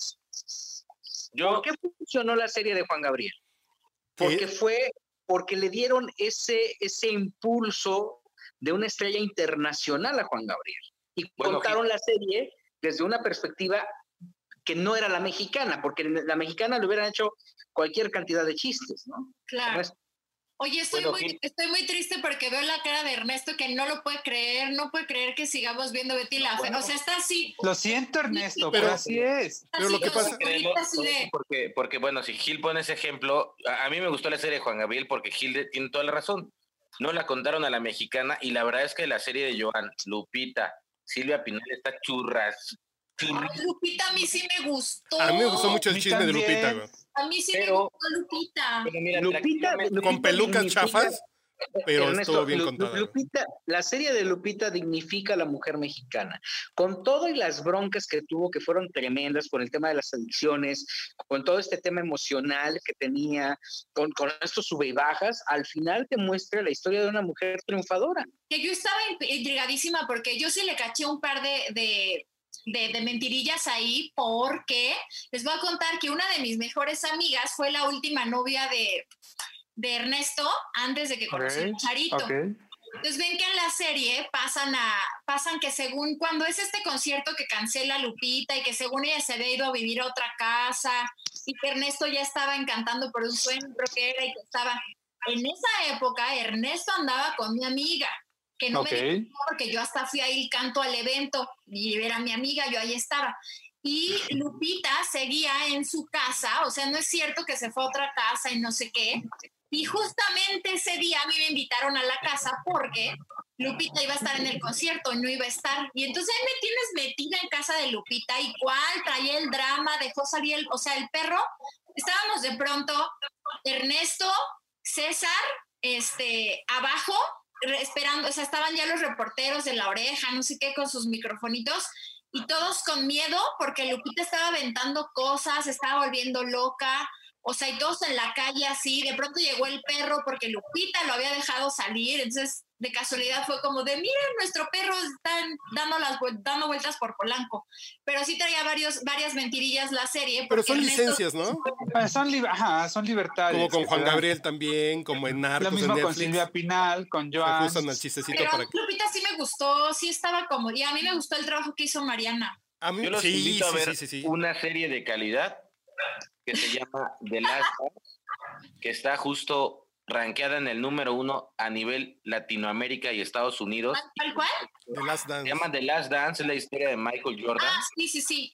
Yo, ¿Por qué funcionó la serie de Juan Gabriel? Porque ¿Qué? fue, porque le dieron ese, ese impulso de una estrella internacional a Juan Gabriel. Y bueno, contaron ¿qué? la serie desde una perspectiva que no era la mexicana, porque la mexicana le hubieran hecho cualquier cantidad de chistes, ¿no? Claro. Oye, estoy, bueno, muy, estoy muy triste porque veo la cara de Ernesto que no lo puede creer, no puede creer que sigamos viendo Betty la Fea. Bueno, o sea, está así. Lo siento, Ernesto, pero, pero así es. Pero así, lo que pasa es porque, porque, bueno, si Gil pone ese ejemplo, a, a mí me gustó la serie de Juan Gabriel porque Gil tiene toda la razón. No la contaron a la mexicana y la verdad es que la serie de Joan, Lupita, Silvia Pinal está churras. Ay, Lupita a mí sí me gustó. A mí me gustó mucho el chisme de Lupita, güey. A mí sí pero, me gustó Lupita. Pero mira, Lupita, Lupita con pelucas Lupita, chafas, pero Ernesto, estuvo bien contada. Lupita, la serie de Lupita dignifica a la mujer mexicana. Con todo y las broncas que tuvo, que fueron tremendas, con el tema de las adicciones, con todo este tema emocional que tenía, con, con estos sube y bajas, al final te muestra la historia de una mujer triunfadora. Que yo estaba intrigadísima porque yo sí le caché un par de... de... De, de mentirillas ahí, porque les voy a contar que una de mis mejores amigas fue la última novia de, de Ernesto antes de que conociera a Charito. Okay. Entonces ven que en la serie pasan a pasan que según cuando es este concierto que cancela Lupita y que según ella se había ido a vivir a otra casa y que Ernesto ya estaba encantando por un sueño, creo que era, y que estaba en esa época Ernesto andaba con mi amiga, que no okay. me dijo porque yo hasta fui ahí canto al evento y era mi amiga, yo ahí estaba. Y Lupita seguía en su casa, o sea, no es cierto que se fue a otra casa y no sé qué. Y justamente ese día a mí me invitaron a la casa porque Lupita iba a estar en el concierto y no iba a estar. Y entonces ahí me tienes metida en casa de Lupita y cuál traía el drama, dejó salir el, o sea, el perro. Estábamos de pronto, Ernesto, César, este, abajo, esperando, o sea, estaban ya los reporteros de La Oreja, no sé qué, con sus microfonitos, y todos con miedo porque Lupita estaba aventando cosas, estaba volviendo loca, o sea, y todos en la calle así, de pronto llegó el perro porque Lupita lo había dejado salir, entonces de casualidad fue como de, miren, nuestro perro está dando, las, dando vueltas por Polanco, pero sí traía varios, varias mentirillas la serie. Pero son Ernesto, licencias, ¿no? Son, li- ajá, son libertades. Como con Juan Gabriel también, como en Narcos, lo mismo en con Silvia Pinal, con Joan. Se ajustan al chistecito pero para que... Lupita sí me gustó, sí estaba como, y a mí me gustó el trabajo que hizo Mariana. A mí, Yo los sí, invito sí, a ver sí, sí, sí. una serie de calidad que se llama The Last Dance, que está justo rankeada en el número uno a nivel Latinoamérica y Estados Unidos. ¿Cuál cuál? The Last Dance. Se llama The Last Dance, es la historia de Michael Jordan. Ah, sí, sí, sí.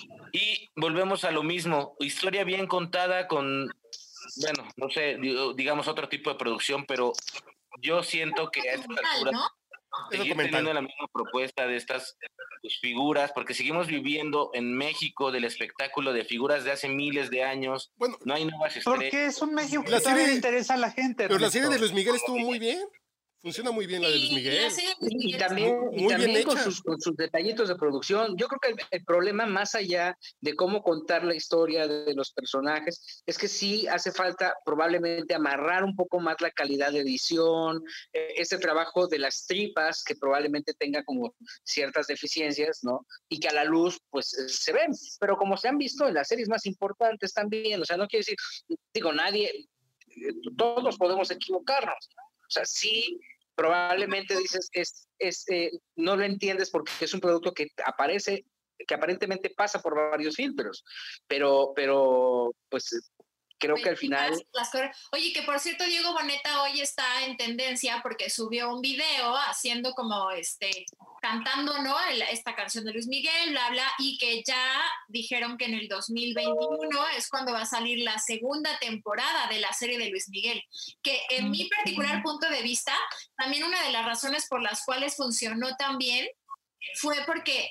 Y volvemos a lo mismo, historia bien contada con, bueno, no sé, digamos otro tipo de producción, pero yo siento que a esta altura ¿no? seguir teniendo la misma propuesta de estas pues, figuras, porque seguimos viviendo en México del espectáculo de figuras de hace miles de años. Bueno, no hay nuevas estrellas. Porque es un México que todavía le interesa a la gente. Pero la serie de Luis Miguel estuvo muy bien. Funciona muy bien la de Luis Miguel. Y, y también, muy, y también con, sus, con sus detallitos de producción. Yo creo que el, el problema, más allá de cómo contar la historia de, de los personajes, es que sí hace falta probablemente amarrar un poco más la calidad de edición, eh, ese trabajo de las tripas que probablemente tenga como ciertas deficiencias, ¿no? Y que a la luz, pues, se ven. Pero como se han visto en las series más importantes también, o sea, no quiero decir, digo, nadie, todos podemos equivocarnos, ¿no? O sea, sí, probablemente dices que es, es, eh, no lo entiendes porque es un producto que aparece, que aparentemente pasa por varios filtros, pero, pero pues creo que al final... Las, las, oye, que por cierto, Diego Boneta hoy está en tendencia porque subió un video haciendo como, este, cantando, ¿no? El, esta canción de Luis Miguel, bla, bla, y que ya dijeron que en el dos mil veintiuno es cuando va a salir la segunda temporada de la serie de Luis Miguel, que en mi particular punto de vista, también una de las razones por las cuales funcionó tan bien fue porque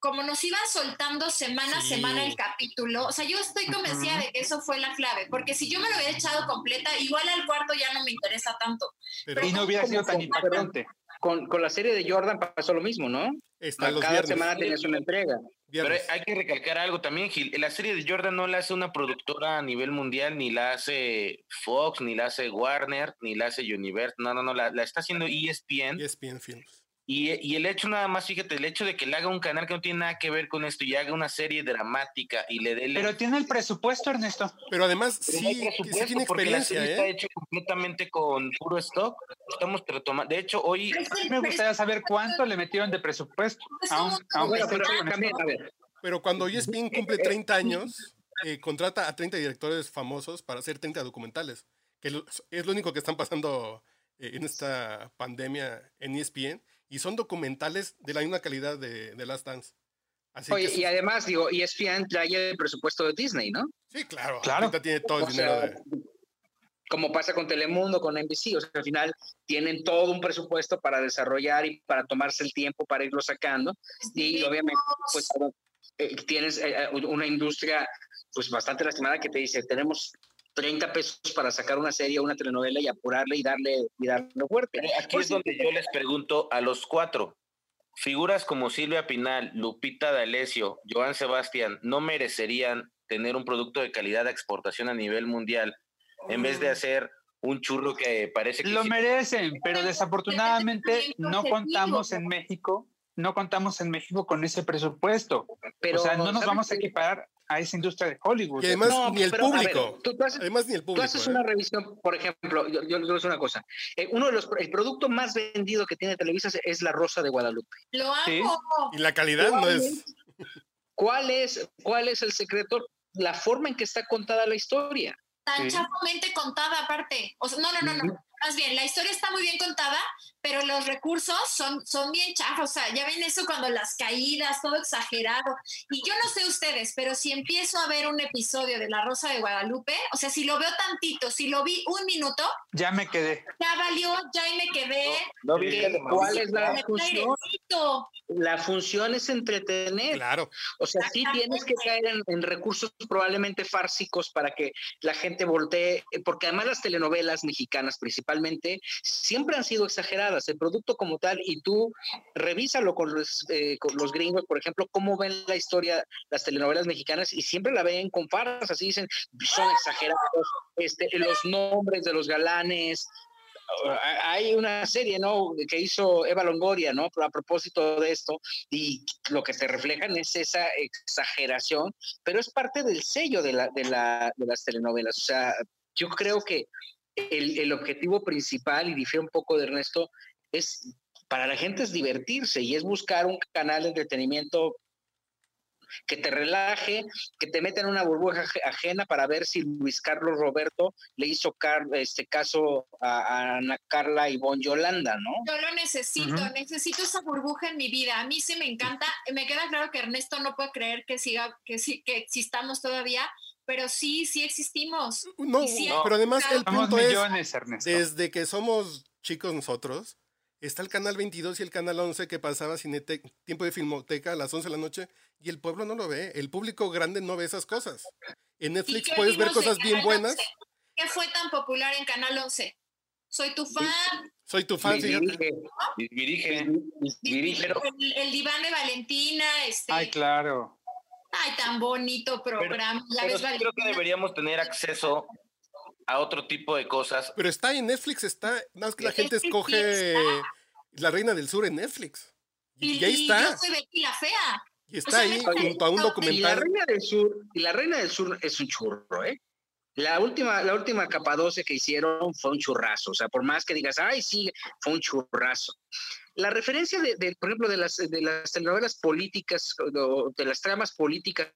como nos iban soltando semana Sí. a semana el capítulo, o sea, yo estoy convencida de que eso fue la clave, porque si yo me lo hubiera echado completa, igual al cuarto ya no me interesa tanto. Pero Y no hubiera sido tan Como- impactante. Con, con la serie de Jordan pasó lo mismo, ¿no? está los Cada viernes. semana tenías una entrega. Pero viernes. hay que recalcar algo también, Gil. La serie de Jordan no la hace una productora a nivel mundial, ni la hace Fox, ni la hace Warner, ni la hace Universal. No, no, no, la, la está haciendo E S P N. E S P N Films. Y, y el hecho nada más, fíjate, el hecho de que le haga un canal que no tiene nada que ver con esto y haga una serie dramática y le dé... el- Pero tiene el presupuesto, Ernesto. Pero además, Pero sí, no hay sí presupuesto, tiene porque la experiencia, serie está ¿eh? hecha completamente con puro stock. Estamos retomando. De hecho, hoy Pero es que- Me gustaría saber cuánto le metieron de presupuesto. Aún, aún Bueno, esté pero hecho con también, esto. a ver, Pero cuando E S P N cumple treinta años, eh, contrata a treinta directores famosos para hacer treinta documentales, que lo- es lo único que están pasando eh, en esta pandemia en E S P N, y son documentales de la misma calidad de, de Last Dance. Así oye, que y además, digo, E S P N trae el presupuesto de Disney, ¿no? sí, claro, Claro. ahorita tiene todo el O dinero sea, de... como pasa con Telemundo, con N B C, o sea, al final tienen todo un presupuesto para desarrollar y para tomarse el tiempo para irlo sacando, y obviamente, pues, eh, tienes eh, una industria, pues, bastante lastimada que te dice, tenemos treinta pesos para sacar una serie o una telenovela y apurarle y darle, y darle fuerte. Pero aquí Por es donde yo les pregunto a los cuatro. Figuras como Silvia Pinal, Lupita D'Alessio, Joan Sebastián, ¿no merecerían tener un producto de calidad de exportación a nivel mundial en vez de hacer un churro que parece que... Lo sí- merecen, pero desafortunadamente no contamos en México, no contamos en México con ese presupuesto. Pero, o sea, no nos ¿sabes vamos a qué? equiparar a esa industria de Hollywood. Y además No, ni el pero, a ver, público, tú- tú haces- además ni el Tú público, haces ¿eh? una revisión, por ejemplo, yo, yo les voy a decir una cosa. Eh, uno de los, el producto más vendido que tiene Televisa es La Rosa de Guadalupe. Lo amo. Sí. Y la calidad no es... ¿Cuál es, cuál es el secreto? La forma en que está contada la historia. Tan Sí. chafamente contada aparte. O sea, no, no, no, no. Más bien, la historia está muy bien contada, pero los recursos son, son bien chafos. O sea, ya ven eso cuando las caídas, todo exagerado. Y yo no sé ustedes, pero si empiezo a ver un episodio de La Rosa de Guadalupe, o sea, si lo veo tantito, si lo vi un minuto, Ya me quedé. ya valió, ya ahí me quedé. ¿No viste el de ¿Cuál Mauricio? es la Me función? airecito. La función es entretener. Claro, O sea, sí tienes que caer en, en recursos probablemente fársicos para que la gente voltee, porque además las telenovelas mexicanas principalmente siempre han sido exageradas, el producto como tal, y tú revísalo con los, eh, con los gringos, por ejemplo, cómo ven la historia las telenovelas mexicanas y siempre la ven con farsas, así dicen, son exagerados, este, los nombres de los galanes. Hay una serie, ¿no?, que hizo Eva Longoria, ¿no?, a propósito de esto, y lo que se reflejan es esa exageración, pero es parte del sello de, la, de, la, de las telenovelas. O sea, yo creo que el, el objetivo principal, y difiere un poco de Ernesto, es para la gente es divertirse y es buscar un canal de entretenimiento que te relaje, que te meta en una burbuja ajena para ver si Luis Carlos Roberto le hizo car este caso a, a Ana Carla Ivonne Yolanda, ¿no? Yo lo necesito, Ujú. necesito esa burbuja en mi vida. A mí sí me encanta. Me queda claro que Ernesto no puede creer que siga, que sí, que existamos todavía, pero sí, sí existimos. no, Y sí, no, pero además el Somos punto es, millones, Ernesto. desde que somos chicos nosotros, está el canal veintidós y el canal once que pasaba Cinete tiempo de Filmoteca a las once de la noche, y el pueblo no lo ve, el público grande no ve esas cosas. En ¿Y Netflix qué puedes ver vimos en cosas bien Canal buenas. once? ¿Qué fue tan popular en Canal once? Soy tu fan. Soy tu fan, fíjate. Dirige, Y dirige. dirige, El, el diván de Valentina, este. Ay, claro. Ay, tan bonito programa. Ya Pero ves, sí creo que Valentina. deberíamos tener acceso a otro tipo de cosas. Pero está en Netflix, está, nada más que la Es gente que sí escoge está. La Reina del Sur en Netflix. Y, Y, y ahí y está, yo soy Betty la Fea. y está o sea, ahí me- junto a un y la y la documental. Reina del Sur, y la Reina del Sur es un churro, ¿eh? La última, la última Capadocia que hicieron fue un churrazo, o sea, por más que digas, ay, sí, fue un churrazo. La referencia de, de, por ejemplo, de las, de las telenovelas políticas, o de las tramas políticas,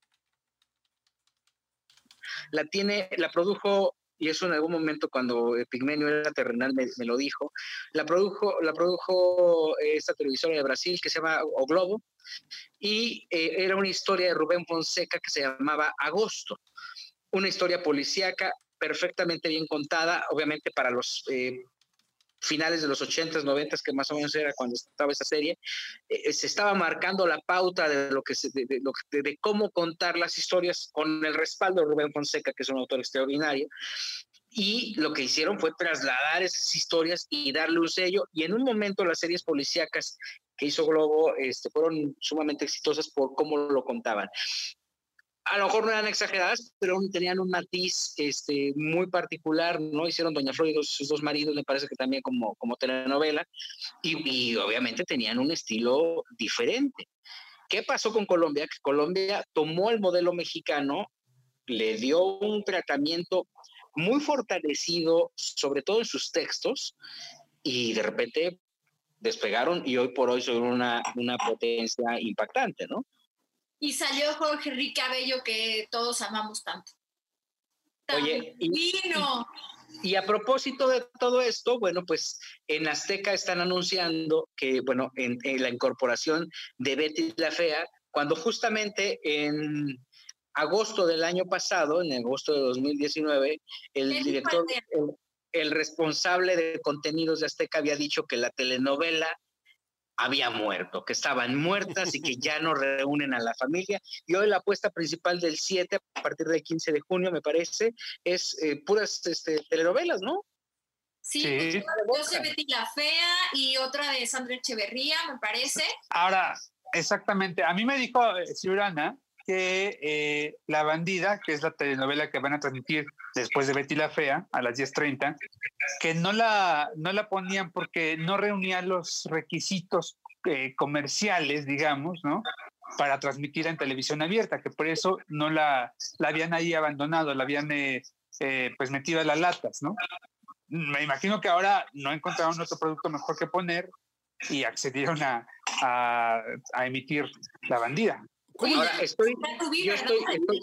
la tiene, la produjo, y eso en algún momento cuando Epigmenio era terrenal me, me lo dijo, la produjo, la produjo esta televisora de Brasil que se llama O Globo, y eh, era una historia de Rubén Fonseca que se llamaba Agosto. Una historia policíaca perfectamente bien contada, obviamente para los, eh, finales de los ochentas, noventas, que más o menos era cuando estaba esa serie, eh, se estaba marcando la pauta de lo que se, de, de, de, de cómo contar las historias con el respaldo de Rubén Fonseca, que es un autor extraordinario. Y lo que hicieron fue trasladar esas historias y darle un sello. Y en un momento las series policíacas que hizo Globo este, fueron sumamente exitosas por cómo lo contaban. A lo mejor no eran exageradas, pero tenían un matiz este, muy particular, ¿no? Hicieron Doña Flor y dos, sus dos maridos, me parece que también como, como telenovela, y, y obviamente tenían un estilo diferente. ¿Qué pasó con Colombia? Que Colombia tomó el modelo mexicano, le dio un tratamiento muy fortalecido, sobre todo en sus textos, y de repente despegaron y hoy por hoy son una, una potencia impactante, ¿no? Y salió Jorge Enrique Abello, que todos amamos tanto. Tan Oye, divino. Y, y a propósito de todo esto, bueno, pues en Azteca están anunciando que, bueno, en, en la incorporación de Betty la Fea, cuando justamente en agosto del año pasado, en agosto de dos mil diecinueve, el El director, el, el responsable de contenidos de Azteca había dicho que la telenovela había muerto, que estaban muertas y que ya no reúnen a la familia. Y hoy la apuesta principal del siete, a partir del quince de junio, me parece, es eh, puras este, telenovelas, ¿no? Sí, Sí. yo soy Betty la Fea y otra de Sandra Echeverría, me parece. Ahora, exactamente. A mí me dijo eh, Ciurana que eh, La Bandida, que es la telenovela que van a transmitir después de Betty la Fea a las diez treinta, que no la, no la ponían porque no reunía los requisitos eh, comerciales, digamos, ¿no? Para transmitir en televisión abierta, que por eso no la, la habían ahí abandonado, la habían eh, eh, pues metido a las latas, ¿no? Me imagino que ahora no encontraron otro producto mejor que poner y accedieron a, a, a emitir La Bandida. Oye, Ahora, estoy, Rubí, yo ¿verdad? estoy, estoy,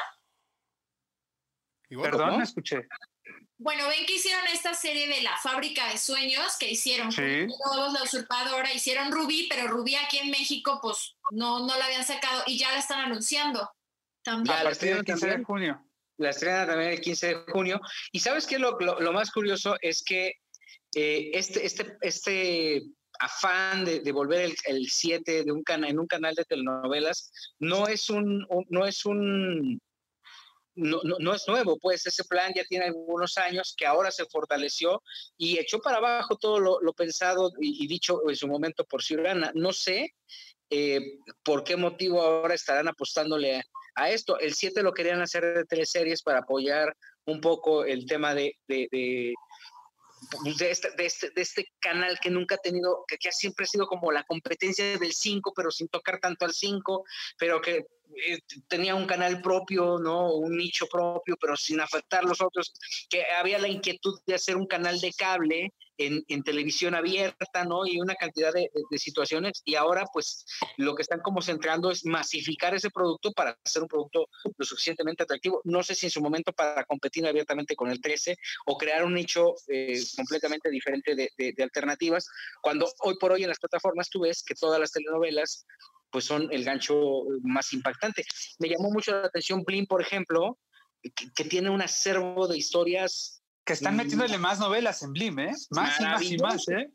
Igual, Perdón, ¿cómo? no escuché. Bueno, ven que hicieron esta serie de La Fábrica de Sueños, que hicieron Sí. todos La Usurpadora, hicieron Rubí, pero Rubí aquí en México, pues no, no la habían sacado y ya la están anunciando también. A Ya, la partir del estrenan quince de también. junio. La estrena también el quince de junio. Y ¿sabes qué? Lo, lo, lo más curioso es que eh, este, este, este afán de, de volver el, el siete de un cana, en un canal de telenovelas no es un, un no es un no, no, no es nuevo, pues ese plan ya tiene algunos años que ahora se fortaleció y echó para abajo todo lo, lo pensado y, y dicho en su momento por Ciurana. No sé eh, por qué motivo ahora estarán apostándole a, a esto. El siete lo querían hacer de teleseries para apoyar un poco el tema de, de, de de este, de, este, de este canal que nunca ha tenido, que, que siempre ha sido como la competencia del cinco, pero sin tocar tanto al cinco, pero que eh, tenía un canal propio, ¿no? Un nicho propio, pero sin afectar los otros, que había la inquietud de hacer un canal de cable en, en televisión abierta, ¿no? Y una cantidad de, de, de situaciones, y ahora pues lo que están como centrando es masificar ese producto para hacer un producto lo suficientemente atractivo. No sé si en su momento para competir abiertamente con el trece o crear un nicho eh, completamente diferente de, de, de alternativas, cuando hoy por hoy en las plataformas tú ves que todas las telenovelas pues son el gancho más impactante. Me llamó mucho la atención Blim, por ejemplo, que, que tiene un acervo de historias que están metiéndole más novelas en Blim, ¿eh? Más y más y más, ¿eh?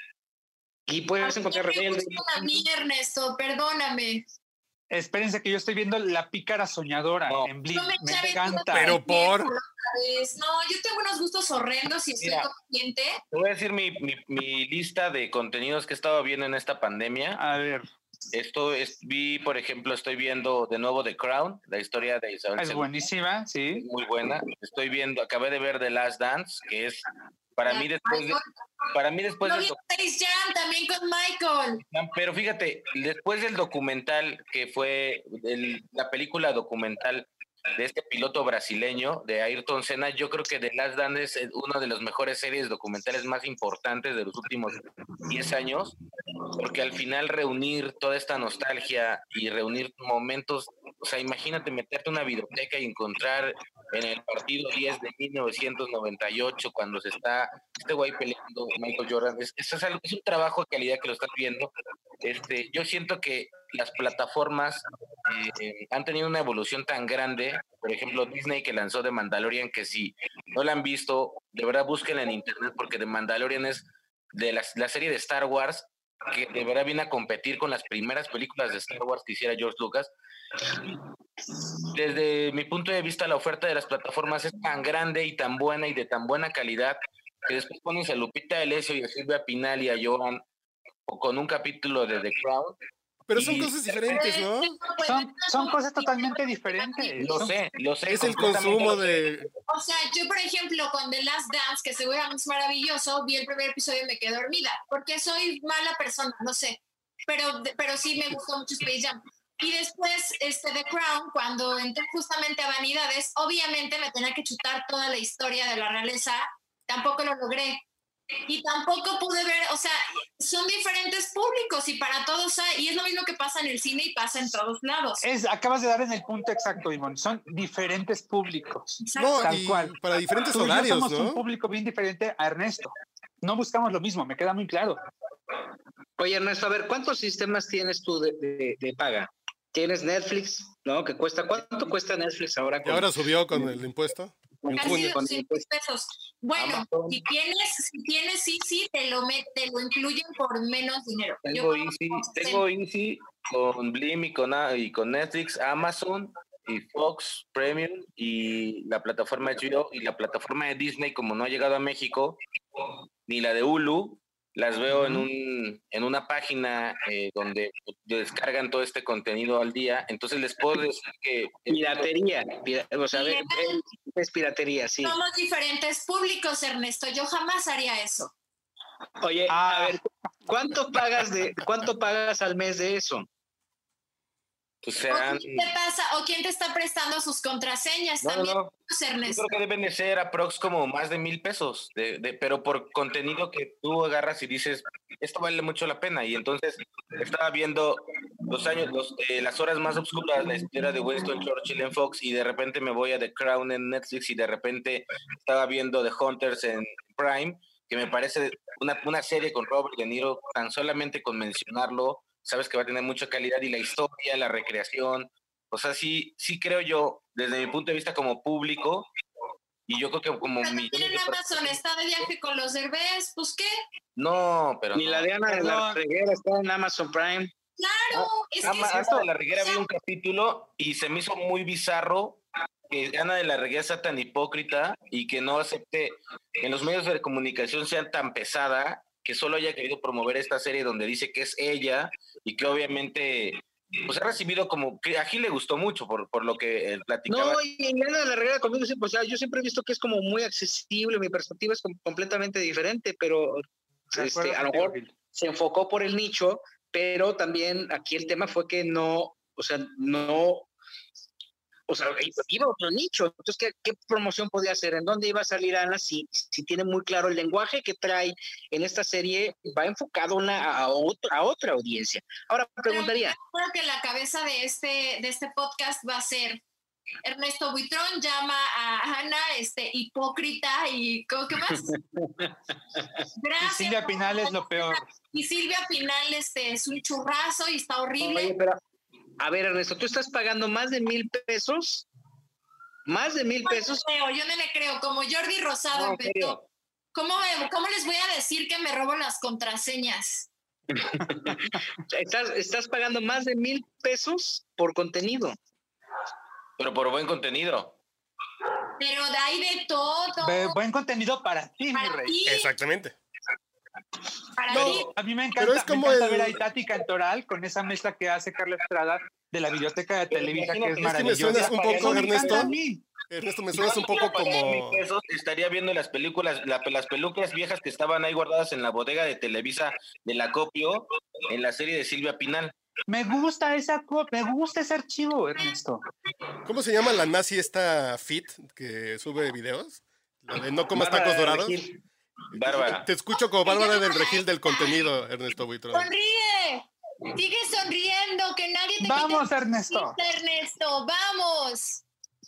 Y puedes encontrar Rebelde. A mí, Ernesto, perdóname. Espérense que yo estoy viendo La Pícara Soñadora no. en Blim. No me, me echaré encanta. Pero por... No, yo tengo unos gustos horrendos y estoy Mira, consciente. Te voy a decir mi, mi, mi lista de contenidos que he estado viendo en esta pandemia. A ver. Esto es, vi, por ejemplo, estoy viendo de nuevo The Crown, la historia de Isabel Es segunda. buenísima, sí. Muy buena. Estoy viendo, acabé de ver The Last Dance, que es para Ya, mí después de, Michael. para mí después No del vi Space Jam también con Michael. documental, pero fíjate, después del documental que fue el- la película documental de este piloto brasileño de Ayrton Senna, yo creo que The Last Dance es una de las mejores series documentales más importantes de los últimos diez años, porque al final reunir toda esta nostalgia y reunir momentos, o sea, imagínate meterte a una biblioteca y encontrar en el partido diez de mil novecientos noventa y ocho cuando se está este güey peleando Michael Jordan, es, es, algo, es un trabajo de calidad que lo estás viendo. Este, yo siento que las plataformas eh, han tenido una evolución tan grande, por ejemplo Disney que lanzó The Mandalorian, que si no la han visto, de verdad búsquenla en internet porque The Mandalorian es de la, la serie de Star Wars, que de verdad viene a competir con las primeras películas de Star Wars que hiciera George Lucas. Desde mi punto de vista, la oferta de las plataformas es tan grande y tan buena y de tan buena calidad que después pones a Lupita D'Alessio y a Silvia Pinal y a Joan o con un capítulo de The Crown. Pero son cosas diferentes, ¿no? Son, son cosas totalmente diferentes. Lo sé, lo sé. Es el consumo de... O sea, yo, por ejemplo, con The Last Dance, que seguramente es maravilloso, vi el primer episodio y me quedé dormida, porque soy mala persona, no sé. Pero, pero sí me gustó mucho Space Jam. Y después, este, The Crown, cuando entré justamente a Vanidades, obviamente me tenía que chutar toda la historia de la realeza, tampoco lo logré. Y tampoco pude ver, o sea, son diferentes públicos y para todos hay, y es lo mismo que pasa en el cine y pasa en todos lados. Es, acabas de dar en el punto exacto, Ivonne, son diferentes públicos. No, tal y cual. para diferentes Tú y yo horarios, somos ¿no? un público bien diferente a Ernesto. No buscamos lo mismo, me queda muy claro. Oye, Ernesto, a ver, ¿cuántos sistemas tienes tú de, de, de paga? ¿Tienes Netflix? ¿No? ¿Qué cuesta? ¿Cuánto cuesta Netflix ahora? Y ahora subió con el impuesto. En Casi junio. doscientos pesos. Bueno, Amazon. si tienes, si tienes sí, sí, te lo, met, te lo incluyen por menos dinero. Tengo Yo- Easy, tengo Easy con Blim y con, y con Netflix, Amazon y Fox Premium y la plataforma H B O y la plataforma de Disney, como no ha llegado a México, ni la de Hulu, las veo en un en una página eh, donde descargan todo este contenido al día. Entonces les puedo decir que Piratería. Pira- o sea, ve- ve- es piratería, sí. Somos diferentes públicos, Ernesto. Yo jamás haría eso. Oye, Ah. a ver, ¿cuánto pagas de cuánto pagas al mes de eso? pues ¿O serán... quién te pasa, o quién te está prestando sus contraseñas No, también, no, yo Ernesto? creo que deben de ser aprox como más de mil pesos, de, de, pero por contenido que tú agarras y dices, esto vale mucho la pena. Y entonces estaba viendo los años, los, eh, las horas más oscuras, la historia de Winston Churchill en Fox, y de repente me voy a The Crown en Netflix, y de repente estaba viendo The Hunters en Prime, que me parece una, una serie con Robert De Niro, tan solamente con mencionarlo, sabes que va a tener mucha calidad, y la historia, la recreación. O sea, sí, sí creo yo, desde mi punto de vista como público, y yo creo que como Pero millones también de en Amazon personas- está de viaje con los Derbez, pues qué. No, pero Ni no. la de Ana de la Perdón. Reguera está en Amazon Prime. Claro, es que Ama- es- Ana de la Reguera vi un capítulo y se me hizo muy bizarro que Ana de la Reguera sea tan hipócrita y que no acepte que en los medios de comunicación sean tan pesada, que solo haya querido promover esta serie donde dice que es ella y que obviamente pues ha recibido como que a Gil le gustó mucho por, por lo que él platicaba. No, y en Ana de la Reguera conmigo, sí, pues, o sea, yo siempre he visto que es como muy accesible, mi perspectiva es com- completamente diferente, pero De acuerdo este, a lo contigo, mejor Gil. se enfocó por el nicho, pero también aquí el tema fue que no, o sea, no, o sea, iba a otro nicho. Entonces, ¿qué, qué promoción podía hacer? ¿En dónde iba a salir Ana? Si, si tiene muy claro el lenguaje que trae en esta serie, va enfocado una, a, otra, a otra audiencia. Ahora, preguntaría, creo que la cabeza de este, de este podcast va a ser Ernesto Buitrón llama a Ana este, hipócrita y ¿cómo- ¿qué más? Y Gracias. Silvia Pinal es lo peor. Y Silvia Pinal este, es un churrazo y está horrible. oye, pero, a ver, Ernesto, tú estás pagando más de mil pesos, más de mil Yo no pesos. le creo, yo no le creo, como Jordi Rosado No, en empezó. serio. ¿Cómo, ¿Cómo les voy a decir que me robo las contraseñas? Estás, estás pagando más de mil pesos por contenido. Pero por buen contenido. Pero de ahí de todo. Ve- Buen contenido para ti, mi Para rey. ti, Exactamente. para No, ti. A mí me Pero encanta, es como me encanta el- ver a Itati Cantoral con esa mezcla que hace Carla Estrada de la biblioteca de Televisa, que es imagínate, es que me maravillosa. suenas un poco, Eso me encanta Ernesto. a mí. Ernesto, me suenas un poco como... Mil pesos, estaría viendo las películas, la- las pelucas viejas que estaban ahí guardadas en la bodega de Televisa del Acopio, en la serie de Silvia Pinal. Me gusta esa co- me gusta ese archivo, Ernesto. ¿Cómo se llama la nazi esta fit que sube videos? La de no comas Bárbara tacos de dorados. Regil. Bárbara. Te escucho como Bárbara del Regil del contenido, Ernesto Buitrón. Sonríe. Sigue sonriendo, que nadie te Vamos, quite el Ernesto. chiste, Ernesto, vamos.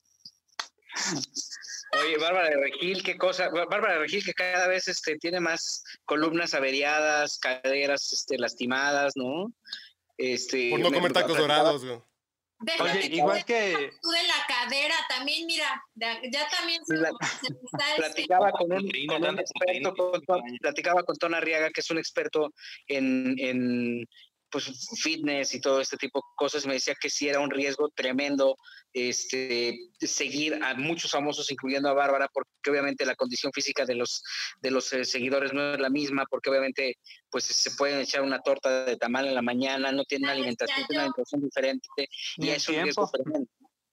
Oye, Bárbara de Regil, qué cosa. Bárbara de Regil que cada vez este, tiene más columnas averiadas, caderas este, lastimadas, ¿no? Este, Por no me- comer tacos platicaba- dorados, güey. Déjate Oye, que igual te que... tú de la cadera también, mira, ya, ya también se, La- se me está platicaba con un, Proteína, con un tanta experto, proteína. con- con- platicaba con Ton Arriaga, que es un experto en, en pues, fitness y todo este tipo de cosas, y me decía que sí era un riesgo tremendo este, seguir a muchos famosos, incluyendo a Bárbara, porque obviamente la condición física de los, de los eh, seguidores no es la misma, porque obviamente pues se pueden echar una torta de tamal en la mañana, no tienen una Ya decía alimentación, yo. tienen una alimentación diferente, Ni y el es un riesgo tiempo. tremendo.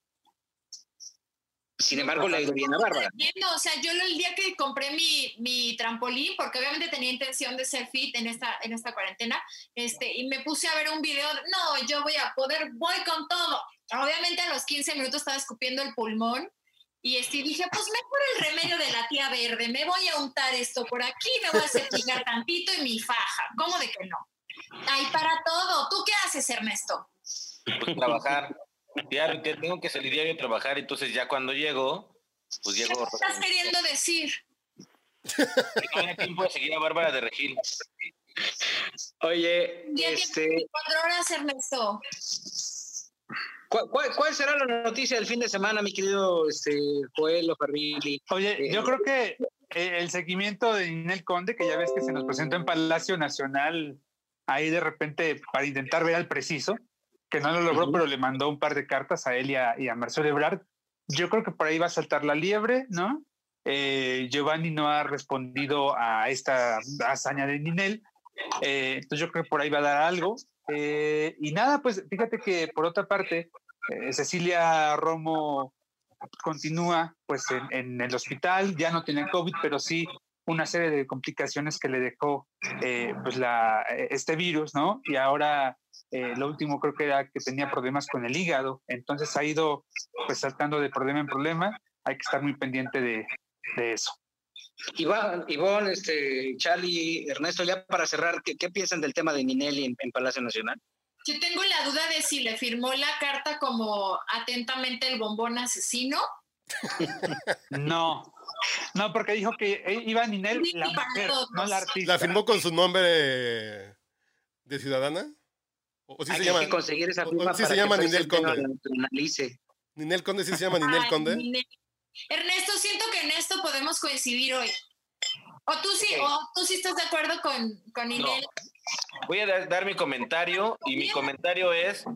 Sin embargo, le ha ido bien a Bárbara. Entiendo, o sea, yo el día que compré mi, mi trampolín, porque obviamente tenía intención de ser fit en esta, en esta cuarentena, este, y me puse a ver un video, de, no, yo voy a poder, voy con todo. Obviamente a los quince minutos estaba escupiendo el pulmón, y este, dije, pues mejor el remedio de la tía verde, me voy a untar esto por aquí, me voy a cepillar tantito y mi faja. ¿Cómo de que no? Hay para todo. ¿Tú qué haces, Ernesto? Pues trabajar. Diario, te- tengo que salir diario a trabajar, entonces ya cuando llego, pues ¿Qué llego. me estás queriendo decir? No hay tiempo de seguir a Bárbara de Regil. Oye, Un día este, tienes veinticuatro horas, Ernesto. ¿cuál, cuál, cuál será la noticia del fin de semana, mi querido este, Joel Ofarrilli? Oye, Eh, yo creo que eh, el seguimiento de Ninel Conde, que ya ves que se nos presentó en Palacio Nacional, ahí de repente para intentar ver al preciso, que no lo logró, Ujú. pero le mandó un par de cartas a él y a, y a Marcelo Ebrard. Yo creo que por ahí va a saltar la liebre, ¿no? Eh, Giovanni no ha respondido a esta hazaña de Ninel, eh, entonces yo creo que por ahí va a dar algo. Eh, y nada, pues fíjate que por otra parte, eh, Cecilia Romo continúa pues en, en el hospital, ya no tiene COVID, pero sí una serie de complicaciones que le dejó eh, pues la, este virus, ¿no? Y ahora eh, lo último creo que era que tenía problemas con el hígado, entonces ha ido pues saltando de problema en problema, hay que estar muy pendiente de, de eso. Iván, Ivonne, este, Charlie, Ernesto, ya para cerrar, ¿qué, qué piensan del tema de Ninelli en, en Palacio Nacional? Yo tengo la duda de si le firmó la carta como atentamente el bombón asesino. No, no, porque dijo que iba Ninel, Sí, la para mujer, todos. no la artista. ¿La firmó con su nombre de ciudadana? ¿O, o sí Hay se que llama? conseguir esa o- o firma sí para se llama que Ninel Freddy Conde. la naturalice. ¿Ninel Conde sí se llama Ninel Ay, Conde? Ninel. Ernesto, siento que en esto podemos coincidir hoy. O tú sí, Ok. o tú sí estás de acuerdo con, con Ninel. Voy a dar, dar mi comentario, y mi comentario es,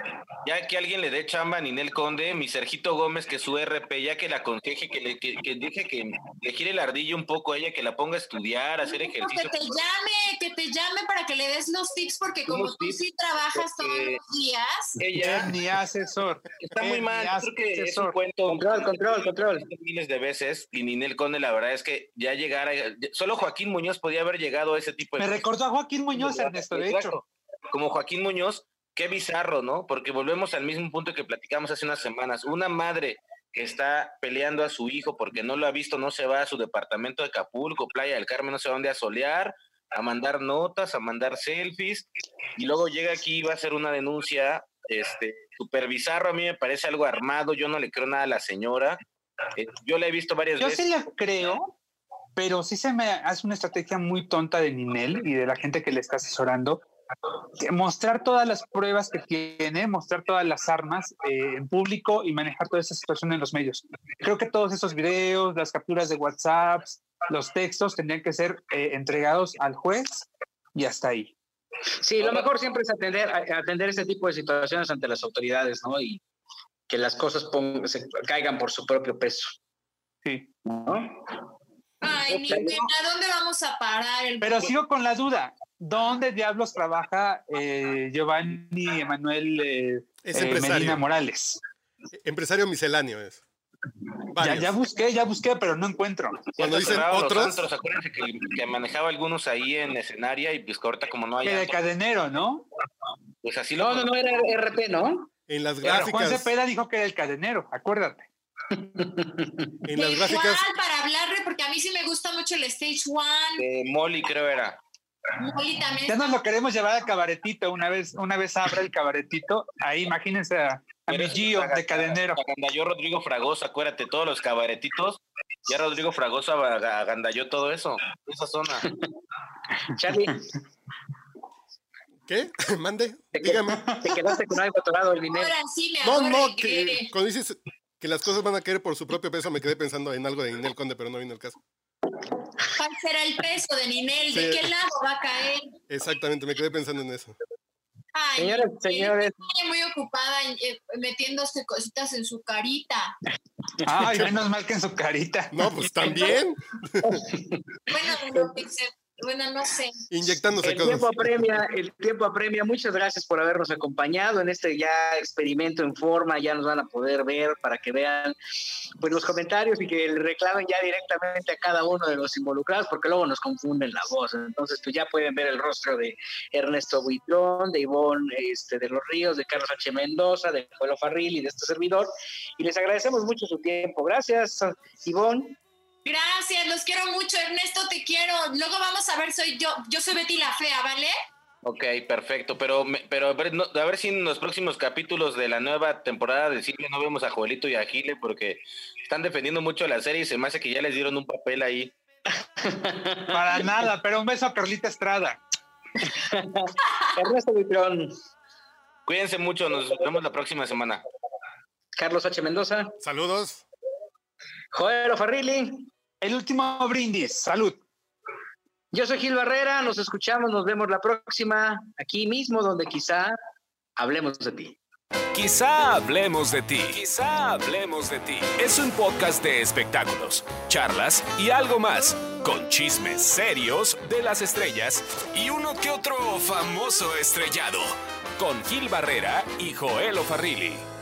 ya que alguien le dé chamba a Ninel Conde, mi Sergito Gómez, que su R P, ya que la aconseje, que le que, que deje que le gire el ardillo un poco a ella, que la ponga a estudiar, a hacer Que ejercicio. te llame, que te llame para que le des los tips, porque como Unos tú tips, sí trabajas porque todos los días. Ella Él ni asesor. está él muy ni mal, yo creo que es un asesor. cuento Control, control, control. miles de veces, y Ninel Conde, la verdad es que ya llegara, solo Joaquín Muñoz podía haber llegado a ese tipo de Me cosas. recordó a Joaquín Muñoz, Ernesto, de Exacto. hecho. Como Joaquín Muñoz, qué bizarro, ¿no? Porque volvemos al mismo punto que platicamos hace unas semanas. Una madre que está peleando a su hijo porque no lo ha visto, no se va a su departamento de Acapulco, Playa del Carmen, no sé dónde, a solear, a mandar notas, a mandar selfies, y luego llega aquí y va a hacer una denuncia, este, súper bizarro. A mí me parece algo armado, yo no le creo nada a la señora. Eh, yo la he visto varias Yo veces. sí le creo, pero sí se me hace una estrategia muy tonta de Ninel y de la gente que le está asesorando. Que mostrar todas las pruebas que tiene, mostrar todas las armas eh, en público y manejar toda esa situación en los medios. Creo que todos esos videos, las capturas de WhatsApp, los textos tendrían que ser eh, entregados al juez y hasta ahí. Sí, lo mejor siempre es atender, a- atender este tipo de situaciones ante las autoridades, ¿no? Y que las cosas pon- se caigan por su propio peso, Sí. ¿no? Ay, mi pena, ¿a dónde vamos a parar? El Pero sigo con la duda. ¿Dónde diablos trabaja eh, Giovanni Emanuel eh, Es eh, empresario. Medina Morales? Empresario misceláneo es. Ya, Varios. ya busqué, ya busqué, pero no encuentro. Cuando Ya dicen cerraron los otros, antros, acuérdense que, que manejaba algunos ahí en escenaria, y pues que ahorita como no hay Que de antros, cadenero, ¿no? pues así lo No, no, no, era R P, ¿no? en las Pero Juan gráficas, Cepeda dijo que era el cadenero, acuérdate. en las ¿De gráficas, cuál para hablarle? Porque a mí sí me gusta mucho el Stage One. de Molly, creo era. Molly también. Ya nos lo queremos llevar al cabaretito, una vez, una vez abra el cabaretito, ahí imagínense a, a Pero mi eso Gio es de cadenero. Agandalló Rodrigo Fragoso, acuérdate, todos los cabaretitos. Ya Rodrigo Fragoso aga- agandalló todo eso, esa zona. Charlie, ¿Qué? Mande, Te, dígame. te quedaste con algo atorado el dinero. Ahora sí me No, ahora no, que... que cuando dices que las cosas van a caer por su propio peso, me quedé pensando en algo de Ninel Conde, pero no vino el caso. ¿Cuál será el peso de Ninel? ¿De Sí. qué lado va a caer? Exactamente, me quedé pensando en eso. Ay, Señoras, Ninel, señores. está muy ocupada en, eh, metiéndose cositas en su carita. Ay, menos mal que en su carita. No, pues también, Bueno, de lo que se- bueno, no sé. inyectándose El tiempo cosas. apremia, el tiempo apremia. Muchas gracias por habernos acompañado en este ya experimento en forma. Ya nos van a poder ver para que vean pues los comentarios y que le reclamen ya directamente a cada uno de los involucrados, porque luego nos confunden la voz. Entonces, pues ya pueden ver el rostro de Ernesto Buitrón, de Ivonne este, de los Ríos, de Carlos H. Mendoza, de Joel Farril y de este servidor. Y les agradecemos mucho su tiempo. Gracias, Ivonne. Gracias, los quiero mucho. Ernesto, te quiero. Luego vamos a ver, soy yo. Yo soy Betty la Fea, ¿vale? Ok, perfecto, pero, me- pero a ver, no- a ver si en los próximos capítulos de la nueva temporada de Silvia no vemos a Joelito y a Gile porque están defendiendo mucho la serie y se me hace que ya les dieron un papel ahí. Para nada, pero un beso a Carlita Estrada. Ernesto Buitrón, Cuídense mucho, nos vemos la próxima semana. Carlos H. Mendoza, Saludos. Joel Farrilli. El último brindis. Salud. Yo soy Gil Barrera, nos escuchamos, nos vemos la próxima, aquí mismo, donde quizá hablemos de ti. Quizá hablemos de ti. Quizá hablemos de ti. Es un podcast de espectáculos, charlas y algo más, con chismes serios de las estrellas y uno que otro famoso estrellado, con Gil Barrera y Joel Farrilli.